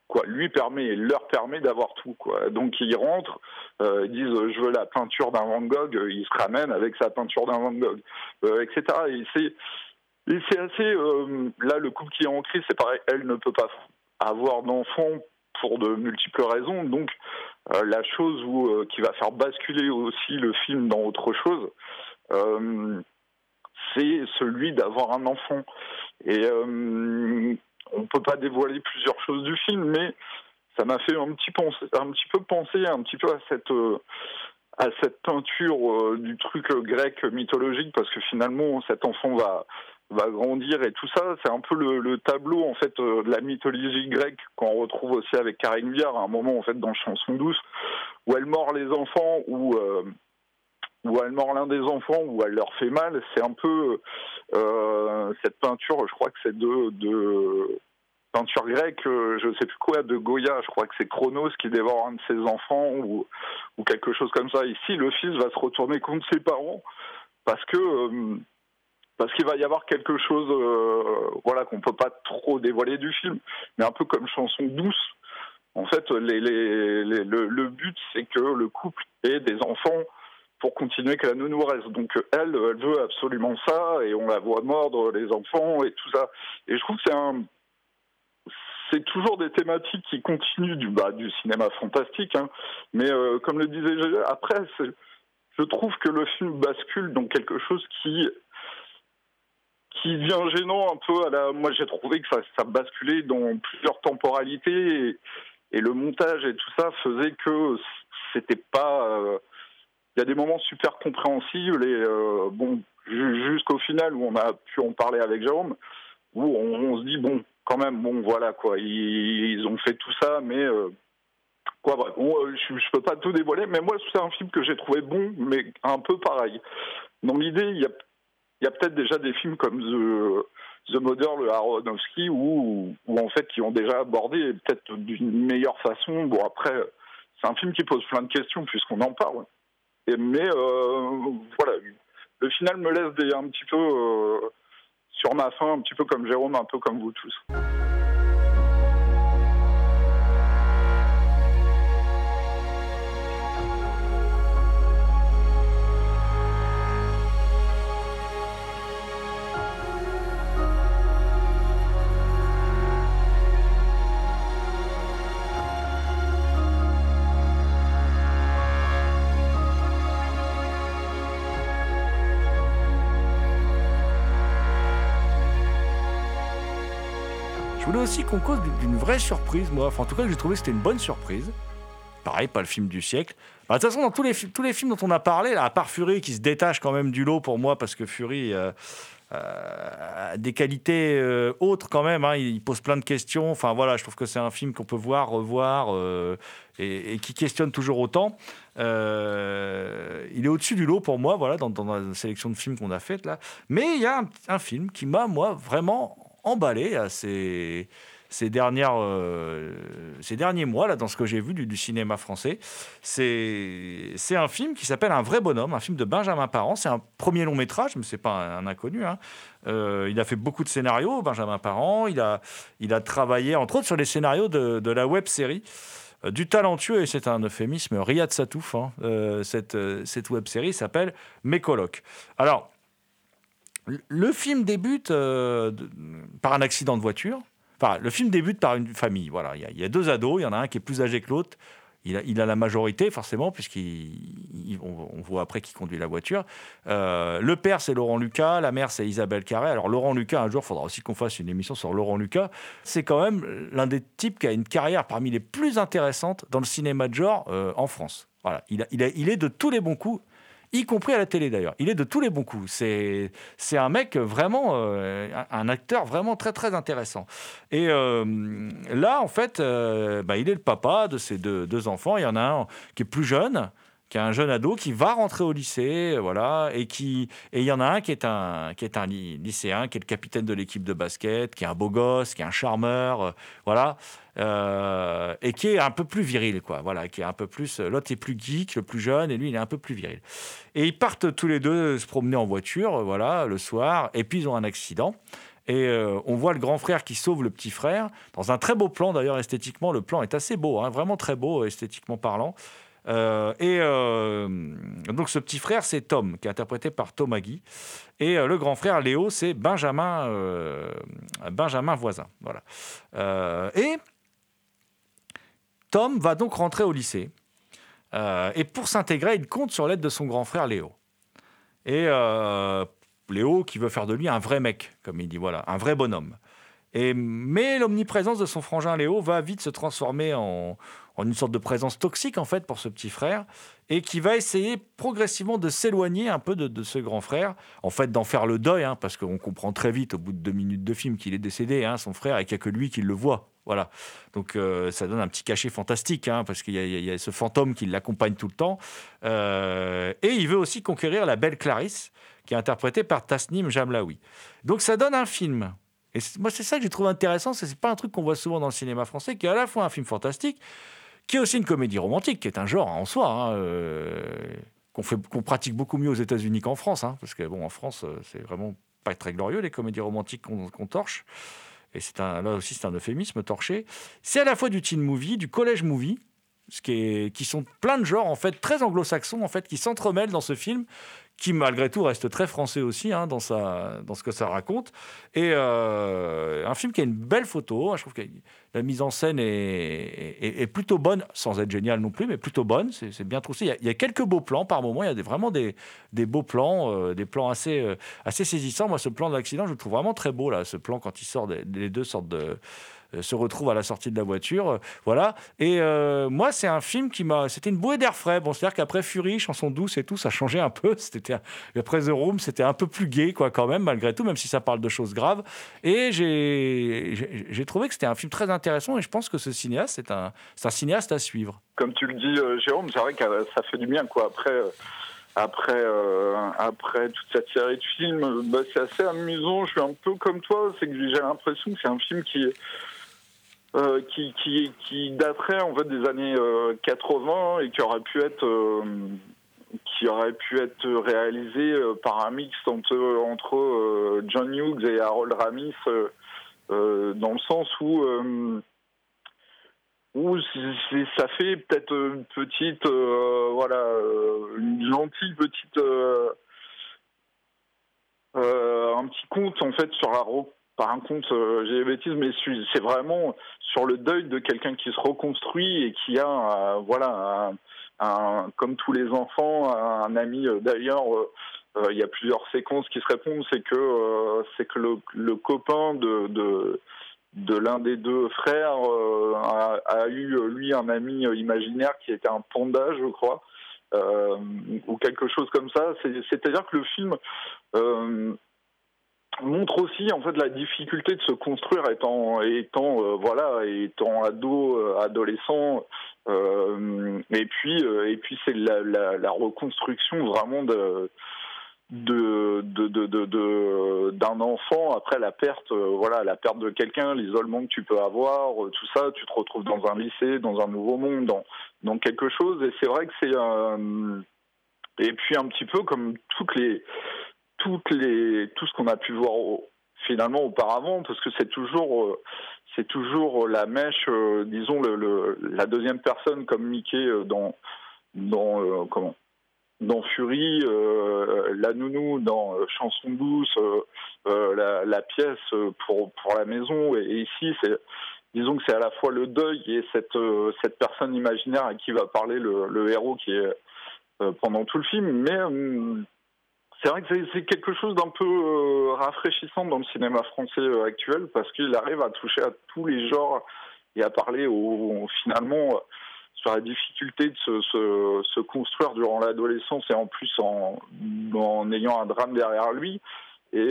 quoi, lui permet, leur permet d'avoir tout, quoi. Donc ils rentrent, euh, ils disent je veux la peinture d'un Van Gogh, ils se ramènent avec sa peinture d'un Van Gogh, euh, et cetera. Et c'est, et c'est assez, euh, là le couple qui est en crise, c'est pareil, elle ne peut pas avoir d'enfant pour de multiples raisons, donc euh, la chose où, euh, qui va faire basculer aussi le film dans autre chose, euh, c'est celui d'avoir un enfant. Et euh, on ne peut pas dévoiler plusieurs choses du film, mais ça m'a fait un petit, penser, un petit peu penser un petit peu à cette, euh, à cette peinture euh, du truc grec mythologique, parce que finalement cet enfant va, va grandir et tout ça, c'est un peu le, le tableau en fait euh, de la mythologie grecque qu'on retrouve aussi avec Karine Viard à un moment en fait dans Chanson douce, où elle mord les enfants, où euh, où elle mord l'un des enfants, où elle leur fait mal. C'est un peu euh, cette peinture, je crois que c'est de, de peinture grecque, euh, je ne sais plus quoi, de Goya, je crois que c'est Chronos qui dévore un de ses enfants, ou, ou quelque chose comme ça. Ici, le fils va se retourner contre ses parents, parce que euh, parce qu'il va y avoir quelque chose euh, voilà, qu'on ne peut pas trop dévoiler du film, mais un peu comme Chanson douce. En fait, les, les, les, le, le but, c'est que le couple ait des enfants pour continuer que la nounou reste. Donc elle, elle veut absolument ça, et on la voit mordre les enfants et tout ça. Et je trouve que c'est un, c'est toujours des thématiques qui continuent du bah, du cinéma fantastique, hein. Mais euh, comme le disait après, c'est, je trouve que le film bascule dans quelque chose qui qui devient gênant un peu à la. Moi, j'ai trouvé que ça, ça basculait dans plusieurs temporalités, et, et le montage et tout ça faisait que c'était pas. Euh, Il y a des moments super compréhensibles, et euh, bon, jusqu'au final où on a pu en parler avec Jérôme, où on, on se dit bon, quand même, bon, voilà quoi, ils, ils ont fait tout ça, mais euh, quoi, bref, bon, je, je peux pas tout dévoiler, mais moi c'est un film que j'ai trouvé bon, mais un peu pareil. Dans l'idée, il y a, il y a peut-être déjà des films comme The, The Mother, le Aronofsky, où, où en fait qui ont déjà abordé peut-être d'une meilleure façon. Bon après, c'est un film qui pose plein de questions puisqu'on en parle. Mais euh, voilà, le final me laisse des, un petit peu euh, sur ma faim, un petit peu comme Jérôme, un peu comme vous tous. Je voulais aussi qu'on cause d'une vraie surprise, moi. Enfin, en tout cas, j'ai trouvé que c'était une bonne surprise. Pareil, pas le film du siècle. Bah, de toute façon, dans tous les, tous les films dont on a parlé, là, à part Fury, qui se détache quand même du lot pour moi, parce que Fury euh, euh, a des qualités euh, autres quand même. Hein, il, il pose plein de questions. Enfin, voilà, je trouve que c'est un film qu'on peut voir, revoir, euh, et, et qui questionne toujours autant. Euh, il est au-dessus du lot pour moi, voilà, dans, dans la sélection de films qu'on a faite là. Mais il y a un, un film qui m'a, moi, vraiment emballé à ces, ces, dernières, euh, ces derniers mois là, dans ce que j'ai vu du, du cinéma français. C'est, c'est un film qui s'appelle Un vrai bonhomme, un film de Benjamin Parent. C'est un premier long métrage, mais c'est pas un, un inconnu, hein. Euh, il a fait beaucoup de scénarios, Benjamin Parent. Il a, il a travaillé entre autres sur les scénarios de, de la web-série euh, du talentueux, et c'est un euphémisme, Riyad Satouf, hein. euh, cette, euh, cette web-série s'appelle Mes colocs. Alors, le film débute euh, de, par un accident de voiture. Enfin, le film débute par une famille. Voilà, il y a, il y a deux ados. Il y en a un qui est plus âgé que l'autre. Il a, il a la majorité, forcément, puisqu'on on voit après qui conduit la voiture. Euh, le père, c'est Laurent Lucas. La mère, c'est Isabelle Carré. Alors, Laurent Lucas, un jour, il faudra aussi qu'on fasse une émission sur Laurent Lucas. C'est quand même l'un des types qui a une carrière parmi les plus intéressantes dans le cinéma de genre euh, en France. Voilà, il, a, il, a, il est de tous les bons coups, y compris à la télé d'ailleurs. Il est de tous les bons coups. C'est, c'est un mec vraiment, euh, un acteur vraiment très très intéressant. Et euh, là, en fait, euh, bah, il est le papa de ces deux, deux enfants. Il y en a un qui est plus jeune, qui est un jeune ado qui va rentrer au lycée, voilà, et qui et il y en a un qui est un qui est un lycéen, qui est le capitaine de l'équipe de basket, qui est un beau gosse, qui est un charmeur, euh, voilà. Euh, et qui est un peu plus viril, quoi. Voilà, qui est un peu plus. L'autre est plus geek, le plus jeune, et lui, il est un peu plus viril. Et ils partent tous les deux se promener en voiture, voilà, le soir, et puis ils ont un accident. Et euh, on voit le grand frère qui sauve le petit frère, dans un très beau plan d'ailleurs esthétiquement. Le plan est assez beau, hein, vraiment très beau esthétiquement parlant. Euh, et euh, donc ce petit frère, c'est Tom, qui est interprété par Tom Maggie. Et euh, le grand frère, Léo, c'est Benjamin, euh, Benjamin Voisin. Voilà. Euh, et Tom va donc rentrer au lycée. Euh, et pour s'intégrer, il compte sur l'aide de son grand frère Léo. Et euh, Léo qui veut faire de lui un vrai mec, comme il dit, voilà, un vrai bonhomme. Et, mais l'omniprésence de son frangin Léo va vite se transformer en, en une sorte de présence toxique en fait pour ce petit frère, et qui va essayer progressivement de s'éloigner un peu de, de ce grand frère, en fait d'en faire le deuil, hein, parce qu'on comprend très vite au bout de deux minutes de film qu'il est décédé, hein, son frère, et qu'il n'y a que lui qui le voit. Voilà. Donc euh, ça donne un petit cachet fantastique, hein, parce qu'il y a, il y a ce fantôme qui l'accompagne tout le temps. Euh, et il veut aussi conquérir la belle Clarisse, qui est interprétée par Tasnim Jamlaoui. Donc ça donne un film. Et c'est, moi, c'est ça que j'ai trouvé intéressant, c'est, c'est pas un truc qu'on voit souvent dans le cinéma français, qui est à la fois un film fantastique, qui est aussi une comédie romantique, qui est un genre en soi, hein, euh, qu'on, fait, qu'on pratique beaucoup mieux aux États-Unis qu'en France, hein, parce que bon, en France, c'est vraiment pas très glorieux les comédies romantiques qu'on, qu'on torche. Et c'est un, là aussi, c'est un euphémisme, torché. C'est à la fois du teen movie, du college movie, ce qui, est, qui sont plein de genres, en fait, très anglo-saxons, en fait, qui s'entremêlent dans ce film, qui, malgré tout, reste très français aussi, hein, dans, sa, dans ce que ça raconte. Et euh, un film qui a une belle photo. Je trouve que la mise en scène est, est, est plutôt bonne, sans être géniale non plus, mais plutôt bonne. C'est, c'est bien trouvé. Il y, a, il y a quelques beaux plans par moment. Il y a des, vraiment des, des beaux plans, euh, des plans assez, euh, assez saisissants. Moi, ce plan de l'accident, je le trouve vraiment très beau, là. Ce plan, quand ils sortent, les deux sortent de... se retrouve à la sortie de la voiture, euh, voilà. Et euh, moi, c'est un film qui m'a... C'était une bouée d'air frais. Bon, c'est-à-dire qu'après Fury, Chanson douce et tout, ça changeait un peu. C'était... Après The Room, c'était un peu plus gai, quoi, quand même, malgré tout, même si ça parle de choses graves. Et j'ai, j'ai, j'ai trouvé que c'était un film très intéressant, et je pense que ce cinéaste, c'est un, c'est un cinéaste à suivre. Comme tu le dis, euh, Jérôme, c'est vrai que ça fait du bien, quoi. Après... Euh... Après, euh, après toute cette série de films, bah, c'est assez amusant. Je suis un peu comme toi, c'est que j'ai l'impression que c'est un film qui, euh, qui, qui, qui daterait en fait des années euh, quatre-vingts et qui aurait pu être, euh, qui aurait pu être réalisé euh, par un mix entre, entre euh, John Hughes et Harold Ramis, euh, euh, dans le sens où euh, Ou c'est, ça fait peut-être une petite, euh, voilà, euh, une gentille petite, euh, euh, un petit conte en fait sur la, pas un conte, euh, j'ai des bêtises, mais c'est vraiment sur le deuil de quelqu'un qui se reconstruit et qui a, euh, voilà, un, un, comme tous les enfants, un, un ami. D'ailleurs, il euh, y a plusieurs séquences qui se répondent, c'est que euh, c'est que le, le copain de, de de l'un des deux frères euh, a, a eu, lui, un ami imaginaire qui était un panda, je crois, euh, ou quelque chose comme ça. C'est, c'est-à-dire que le film euh, montre aussi, en fait, la difficulté de se construire étant, étant euh, voilà, étant ado, euh, adolescent, euh, et puis, euh, et puis c'est la, la, la reconstruction vraiment de... De, de, de, de, de, d'un enfant après la perte, euh, voilà, la perte de quelqu'un, l'isolement que tu peux avoir, euh, tout ça, tu te retrouves dans un lycée, dans un nouveau monde, dans, dans quelque chose, et c'est vrai que c'est euh, et puis un petit peu comme toutes les, toutes les, tout ce qu'on a pu voir au, finalement auparavant, parce que c'est toujours, euh, c'est toujours la mèche, euh, disons le, le, la deuxième personne comme Mickey euh, dans, dans euh, comment. Dans Fury, euh, la nounou dans euh, Chanson douce, euh, euh, la, la pièce pour pour la maison, et, et ici c'est, disons que c'est à la fois le deuil et cette euh, cette personne imaginaire à qui va parler le, le héros qui est euh, pendant tout le film, mais euh, c'est vrai que c'est, c'est quelque chose d'un peu euh, rafraîchissant dans le cinéma français euh, actuel, parce qu'il arrive à toucher à tous les genres et à parler au, finalement euh, sur la difficulté de se, se, se construire durant l'adolescence, et en plus en, en ayant un drame derrière lui. Et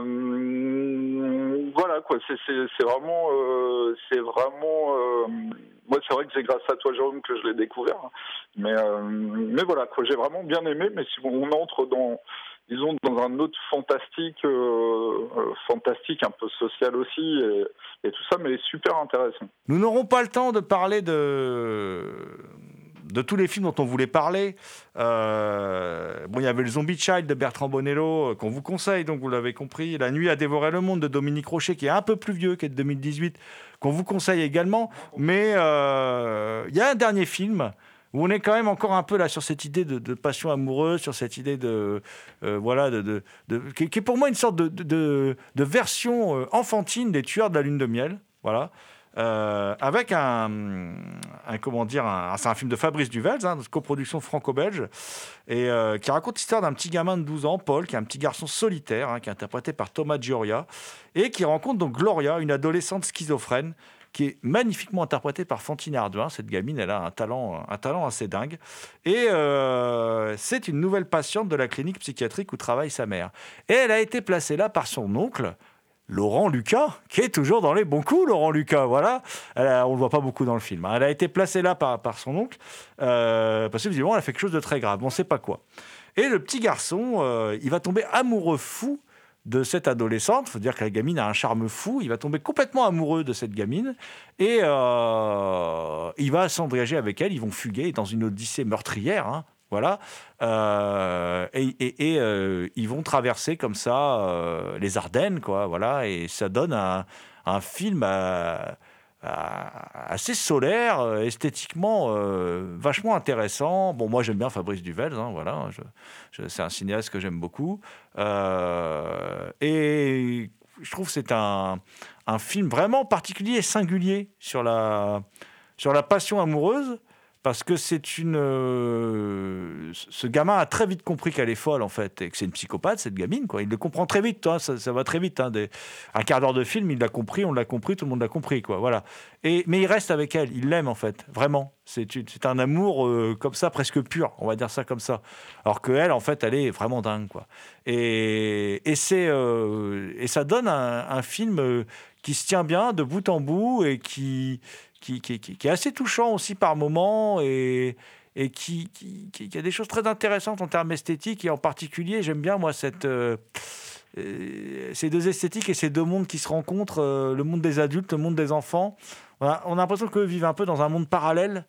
euh, voilà, quoi, c'est, c'est, c'est vraiment... Euh, c'est vraiment euh, moi, c'est vrai que c'est grâce à toi, Jérôme, que je l'ai découvert. Mais, euh, mais voilà, quoi, j'ai vraiment bien aimé. Mais si on entre dans, disons, dans un autre fantastique, euh, fantastique, un peu social aussi, et, et tout ça, mais super intéressant. Nous n'aurons pas le temps de parler de, de tous les films dont on voulait parler. Euh, bon, il y avait le Zombie Child de Bertrand Bonello, euh, qu'on vous conseille, donc vous l'avez compris. La Nuit a dévoré le monde de Dominique Rocher, qui est un peu plus vieux, qui est de deux mille dix-huit, qu'on vous conseille également. Mais euh, il y a un dernier film où on est quand même encore un peu là sur cette idée de, de passion amoureuse, sur cette idée de euh, voilà de, de, de qui, qui est pour moi une sorte de, de, de version enfantine des Tueurs de la Lune de Miel, voilà. Euh, avec un, un comment dire, un, c'est un film de Fabrice Duvels, hein, de coproduction franco-belge, et euh, qui raconte l'histoire d'un petit gamin de douze ans, Paul, qui est un petit garçon solitaire, hein, qui est interprété par Thomas Gioia, et qui rencontre donc Gloria, une adolescente schizophrène, qui est magnifiquement interprétée par Fantine Ardouin. Cette gamine, elle a un talent, un talent assez dingue. Et euh, c'est une nouvelle patiente de la clinique psychiatrique où travaille sa mère. Et elle a été placée là par son oncle, Laurent Lucas, qui est toujours dans les bons coups, Laurent Lucas, voilà. Elle a, on ne le voit pas beaucoup dans le film. Hein. Elle a été placée là par, par son oncle, euh, parce que visiblement, elle a fait quelque chose de très grave. On ne sait pas quoi. Et le petit garçon, euh, il va tomber amoureux fou de cette adolescente. Il faut dire que la gamine a un charme fou. Il va tomber complètement amoureux de cette gamine. Et euh, il va s'engager avec elle. Ils vont fuguer dans une odyssée meurtrière, hein. Voilà, euh, et, et, et euh, ils vont traverser comme ça euh, les Ardennes, quoi, voilà, et ça donne un, un film à, à, assez solaire, euh, esthétiquement euh, vachement intéressant. Bon, moi j'aime bien Fabrice Duvels, hein, voilà, je, je, c'est un cinéaste que j'aime beaucoup, euh, et je trouve que c'est un, un film vraiment particulier et singulier sur la, sur la passion amoureuse. Parce que c'est une. Euh, ce gamin a très vite compris qu'elle est folle, en fait, et que c'est une psychopathe, cette gamine, quoi. Il le comprend très vite, hein, ça, ça va très vite. Hein, des, un quart d'heure de film, il l'a compris, on l'a compris, tout le monde l'a compris, quoi. Voilà. Et, mais il reste avec elle, il l'aime, en fait, vraiment. C'est, une, c'est un amour euh, comme ça, presque pur, on va dire ça comme ça. Alors qu'elle, en fait, elle est vraiment dingue, quoi. Et, et, c'est, euh, et ça donne un, un film euh, qui se tient bien de bout en bout et qui. Qui, qui, qui est assez touchant aussi par moments et, et qui, qui, qui a des choses très intéressantes en termes esthétiques. Et en particulier, j'aime bien, moi, cette, euh, euh, ces deux esthétiques et ces deux mondes qui se rencontrent, euh, le monde des adultes, le monde des enfants. On a, on a l'impression qu'eux vivent un peu dans un monde parallèle.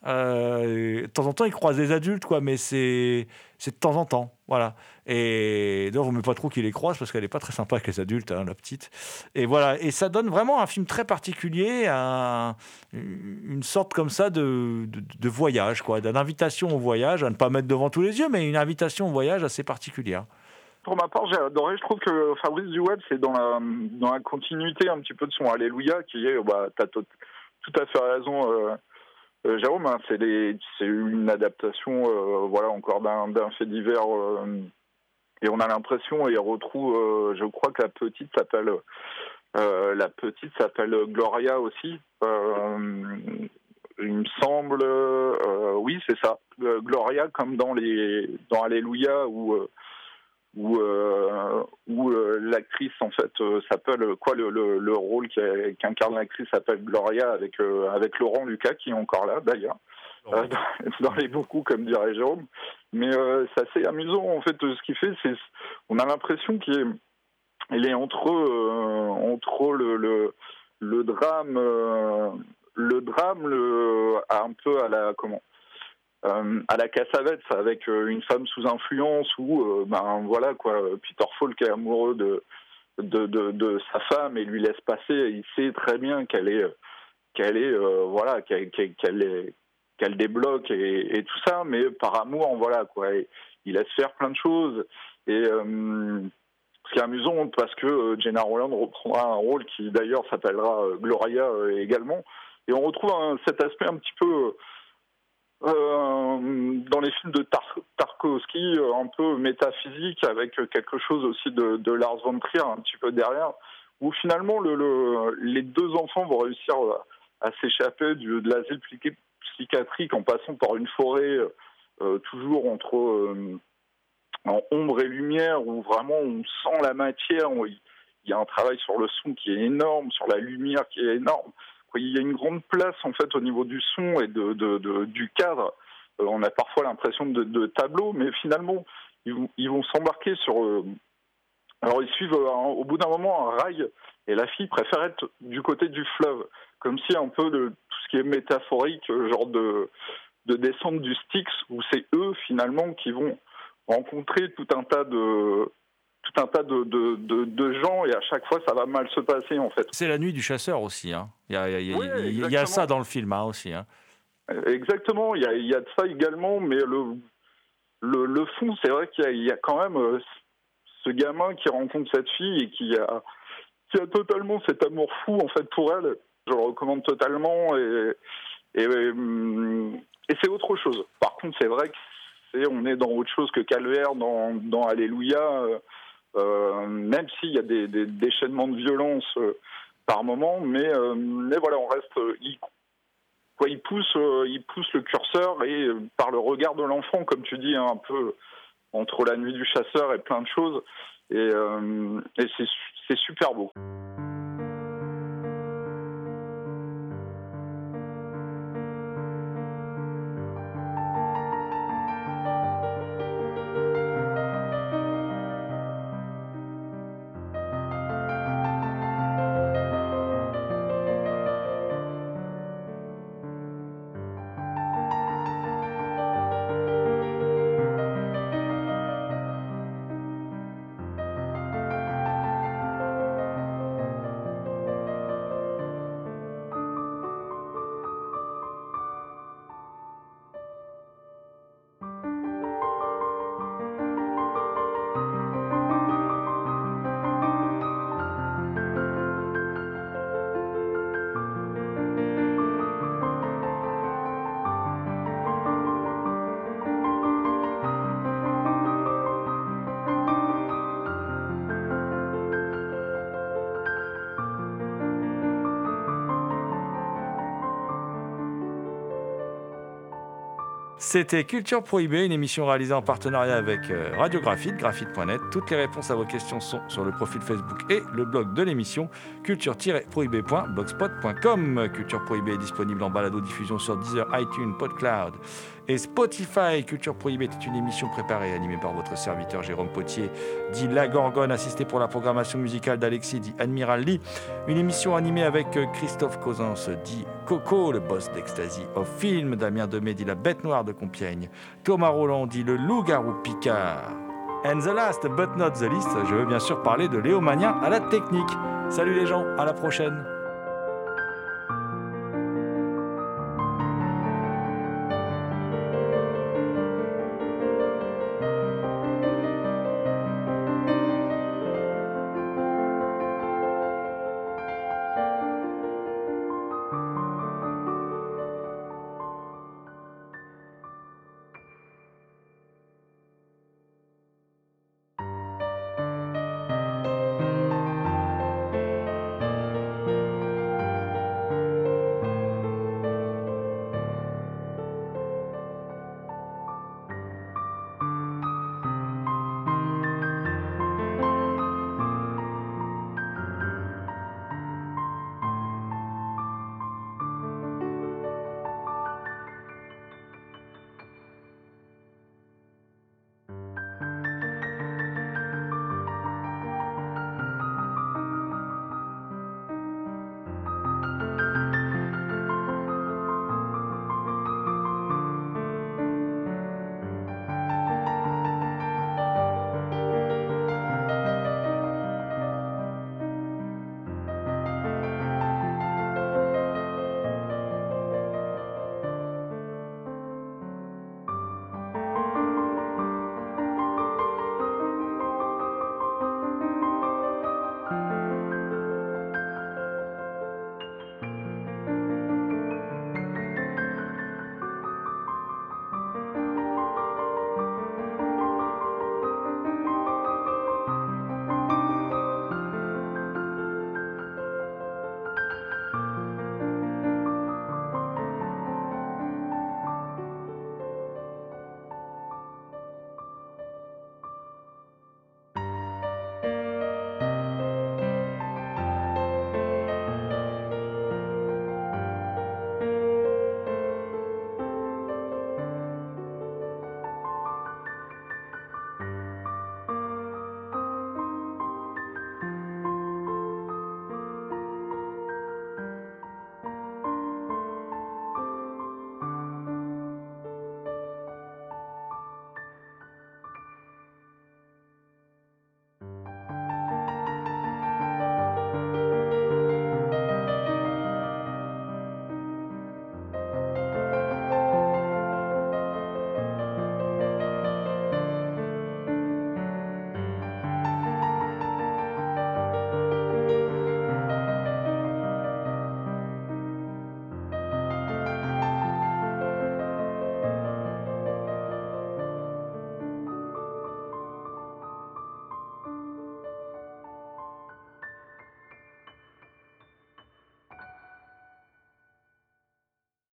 Euh, de temps en temps, ils croisent des adultes, quoi, mais c'est, c'est de temps en temps. Voilà. Et d'ailleurs, on ne met pas trop qu'ils les croisent parce qu'elle n'est pas très sympa avec les adultes, hein, la petite. Et voilà. Et ça donne vraiment un film très particulier, un, une sorte comme ça de, de, de voyage, quoi, d'une invitation au voyage, à ne pas mettre devant tous les yeux, mais une invitation au voyage assez particulière. Pour ma part, j'ai adoré. Je trouve que Fabrice Duvels, c'est dans la, dans la continuité un petit peu de son Alléluia, qui est, bah, t'as tout, tout à fait raison. Euh, Euh, Jérôme, hein, c'est, les, c'est une adaptation, euh, voilà, encore d'un, d'un fait divers, euh, et on a l'impression, et on retrouve, euh, je crois que la petite s'appelle, euh, la petite s'appelle Gloria aussi. Euh, il me semble, euh, oui, c'est ça, euh, Gloria, comme dans les, dans Alléluia, où euh, où, euh, où euh, l'actrice en fait euh, s'appelle quoi le, le, le rôle qui a, qu'incarne l'actrice s'appelle Gloria avec euh, avec Laurent Lucas qui est encore là d'ailleurs euh, dans, dans les beaucoup comme dirait Jérôme, mais euh, c'est assez amusant en fait ce qu'il fait, c'est on a l'impression qu'il est il est entre euh, entre le le, le drame euh, le drame le un peu à la comment Euh, à la Cassavetes avec euh, une femme sous influence où euh, ben voilà quoi, Peter Falk est amoureux de de, de de sa femme et lui laisse passer, il sait très bien qu'elle est qu'elle est euh, voilà qu'elle, qu'elle est qu'elle débloque et, et tout ça, mais par amour voilà quoi, et il laisse faire plein de choses et euh, ce qui est amusant parce que euh, Gena Rowland reprendra un rôle qui d'ailleurs s'appellera euh, Gloria euh, également, et on retrouve un, cet aspect un petit peu euh, Euh, dans les films de Tar- Tarkovsky, euh, un peu métaphysique, avec quelque chose aussi de, de Lars von Trier un petit peu derrière, où finalement le, le, les deux enfants vont réussir à, à s'échapper du, de l'asile psychiatrique en passant par une forêt, euh, toujours entre euh, en ombre et lumière, où vraiment on sent la matière, où il y a un travail sur le son qui est énorme, sur la lumière qui est énorme. Il y a une grande place en fait au niveau du son et de, de, de, du cadre. Euh, on a parfois l'impression de, de tableau, mais finalement ils, ils vont s'embarquer sur. Euh... Alors ils suivent euh, un, au bout d'un moment un rail et la fille préfère être du côté du fleuve, comme si un peu de tout ce qui est métaphorique, genre de de descente du Styx, où c'est eux finalement qui vont rencontrer tout un tas de tout un tas de, de, de, de gens, et à chaque fois ça va mal se passer en fait. C'est la nuit du chasseur aussi, hein. Il y a, il y a, Oui, il y a, il y a ça dans le film hein, aussi. Hein. Exactement, il y a, il y a de ça également, mais le, le, le fond, c'est vrai qu'il y a, il y a quand même euh, ce gamin qui rencontre cette fille et qui a, qui a totalement cet amour fou en fait pour elle. Je le recommande totalement, et, et, et c'est autre chose. Par contre, c'est vrai que c'est, on est dans autre chose que Calvaire, dans, dans Alléluia, euh, euh, même s'il y a des, des déchaînements de violence euh, par moment, mais, euh, mais voilà, on reste... Euh, il, quoi, il, pousse, euh, il pousse le curseur, et euh, par le regard de l'enfant, comme tu dis, hein, un peu entre La Nuit du chasseur et plein de choses, et, euh, et c'est, c'est super beau. C'était Culture Prohibée, une émission réalisée en partenariat avec euh, Radio Graphite, graphite point net. Toutes les réponses à vos questions sont sur le profil Facebook et le blog de l'émission, culture tiret prohibée point blogspot point com. Culture Prohibée est disponible en balado-diffusion sur Deezer, iTunes, PodCloud et Spotify. Culture Prohibée est une émission préparée et animée par votre serviteur Jérôme Potier, dit La Gorgone, assisté pour la programmation musicale d'Alexis, dit Admiral Lee. Une émission animée avec Christophe Cosens, dit Coco, le boss d'Ecstasy of Film. Damien Demey, dit La Bête Noire de Compiègne. Thomas Roland, dit Le Loup-Garou Picard. And the last but not the least, je veux bien sûr parler de Léo Magnien à la technique. Salut les gens, à la prochaine.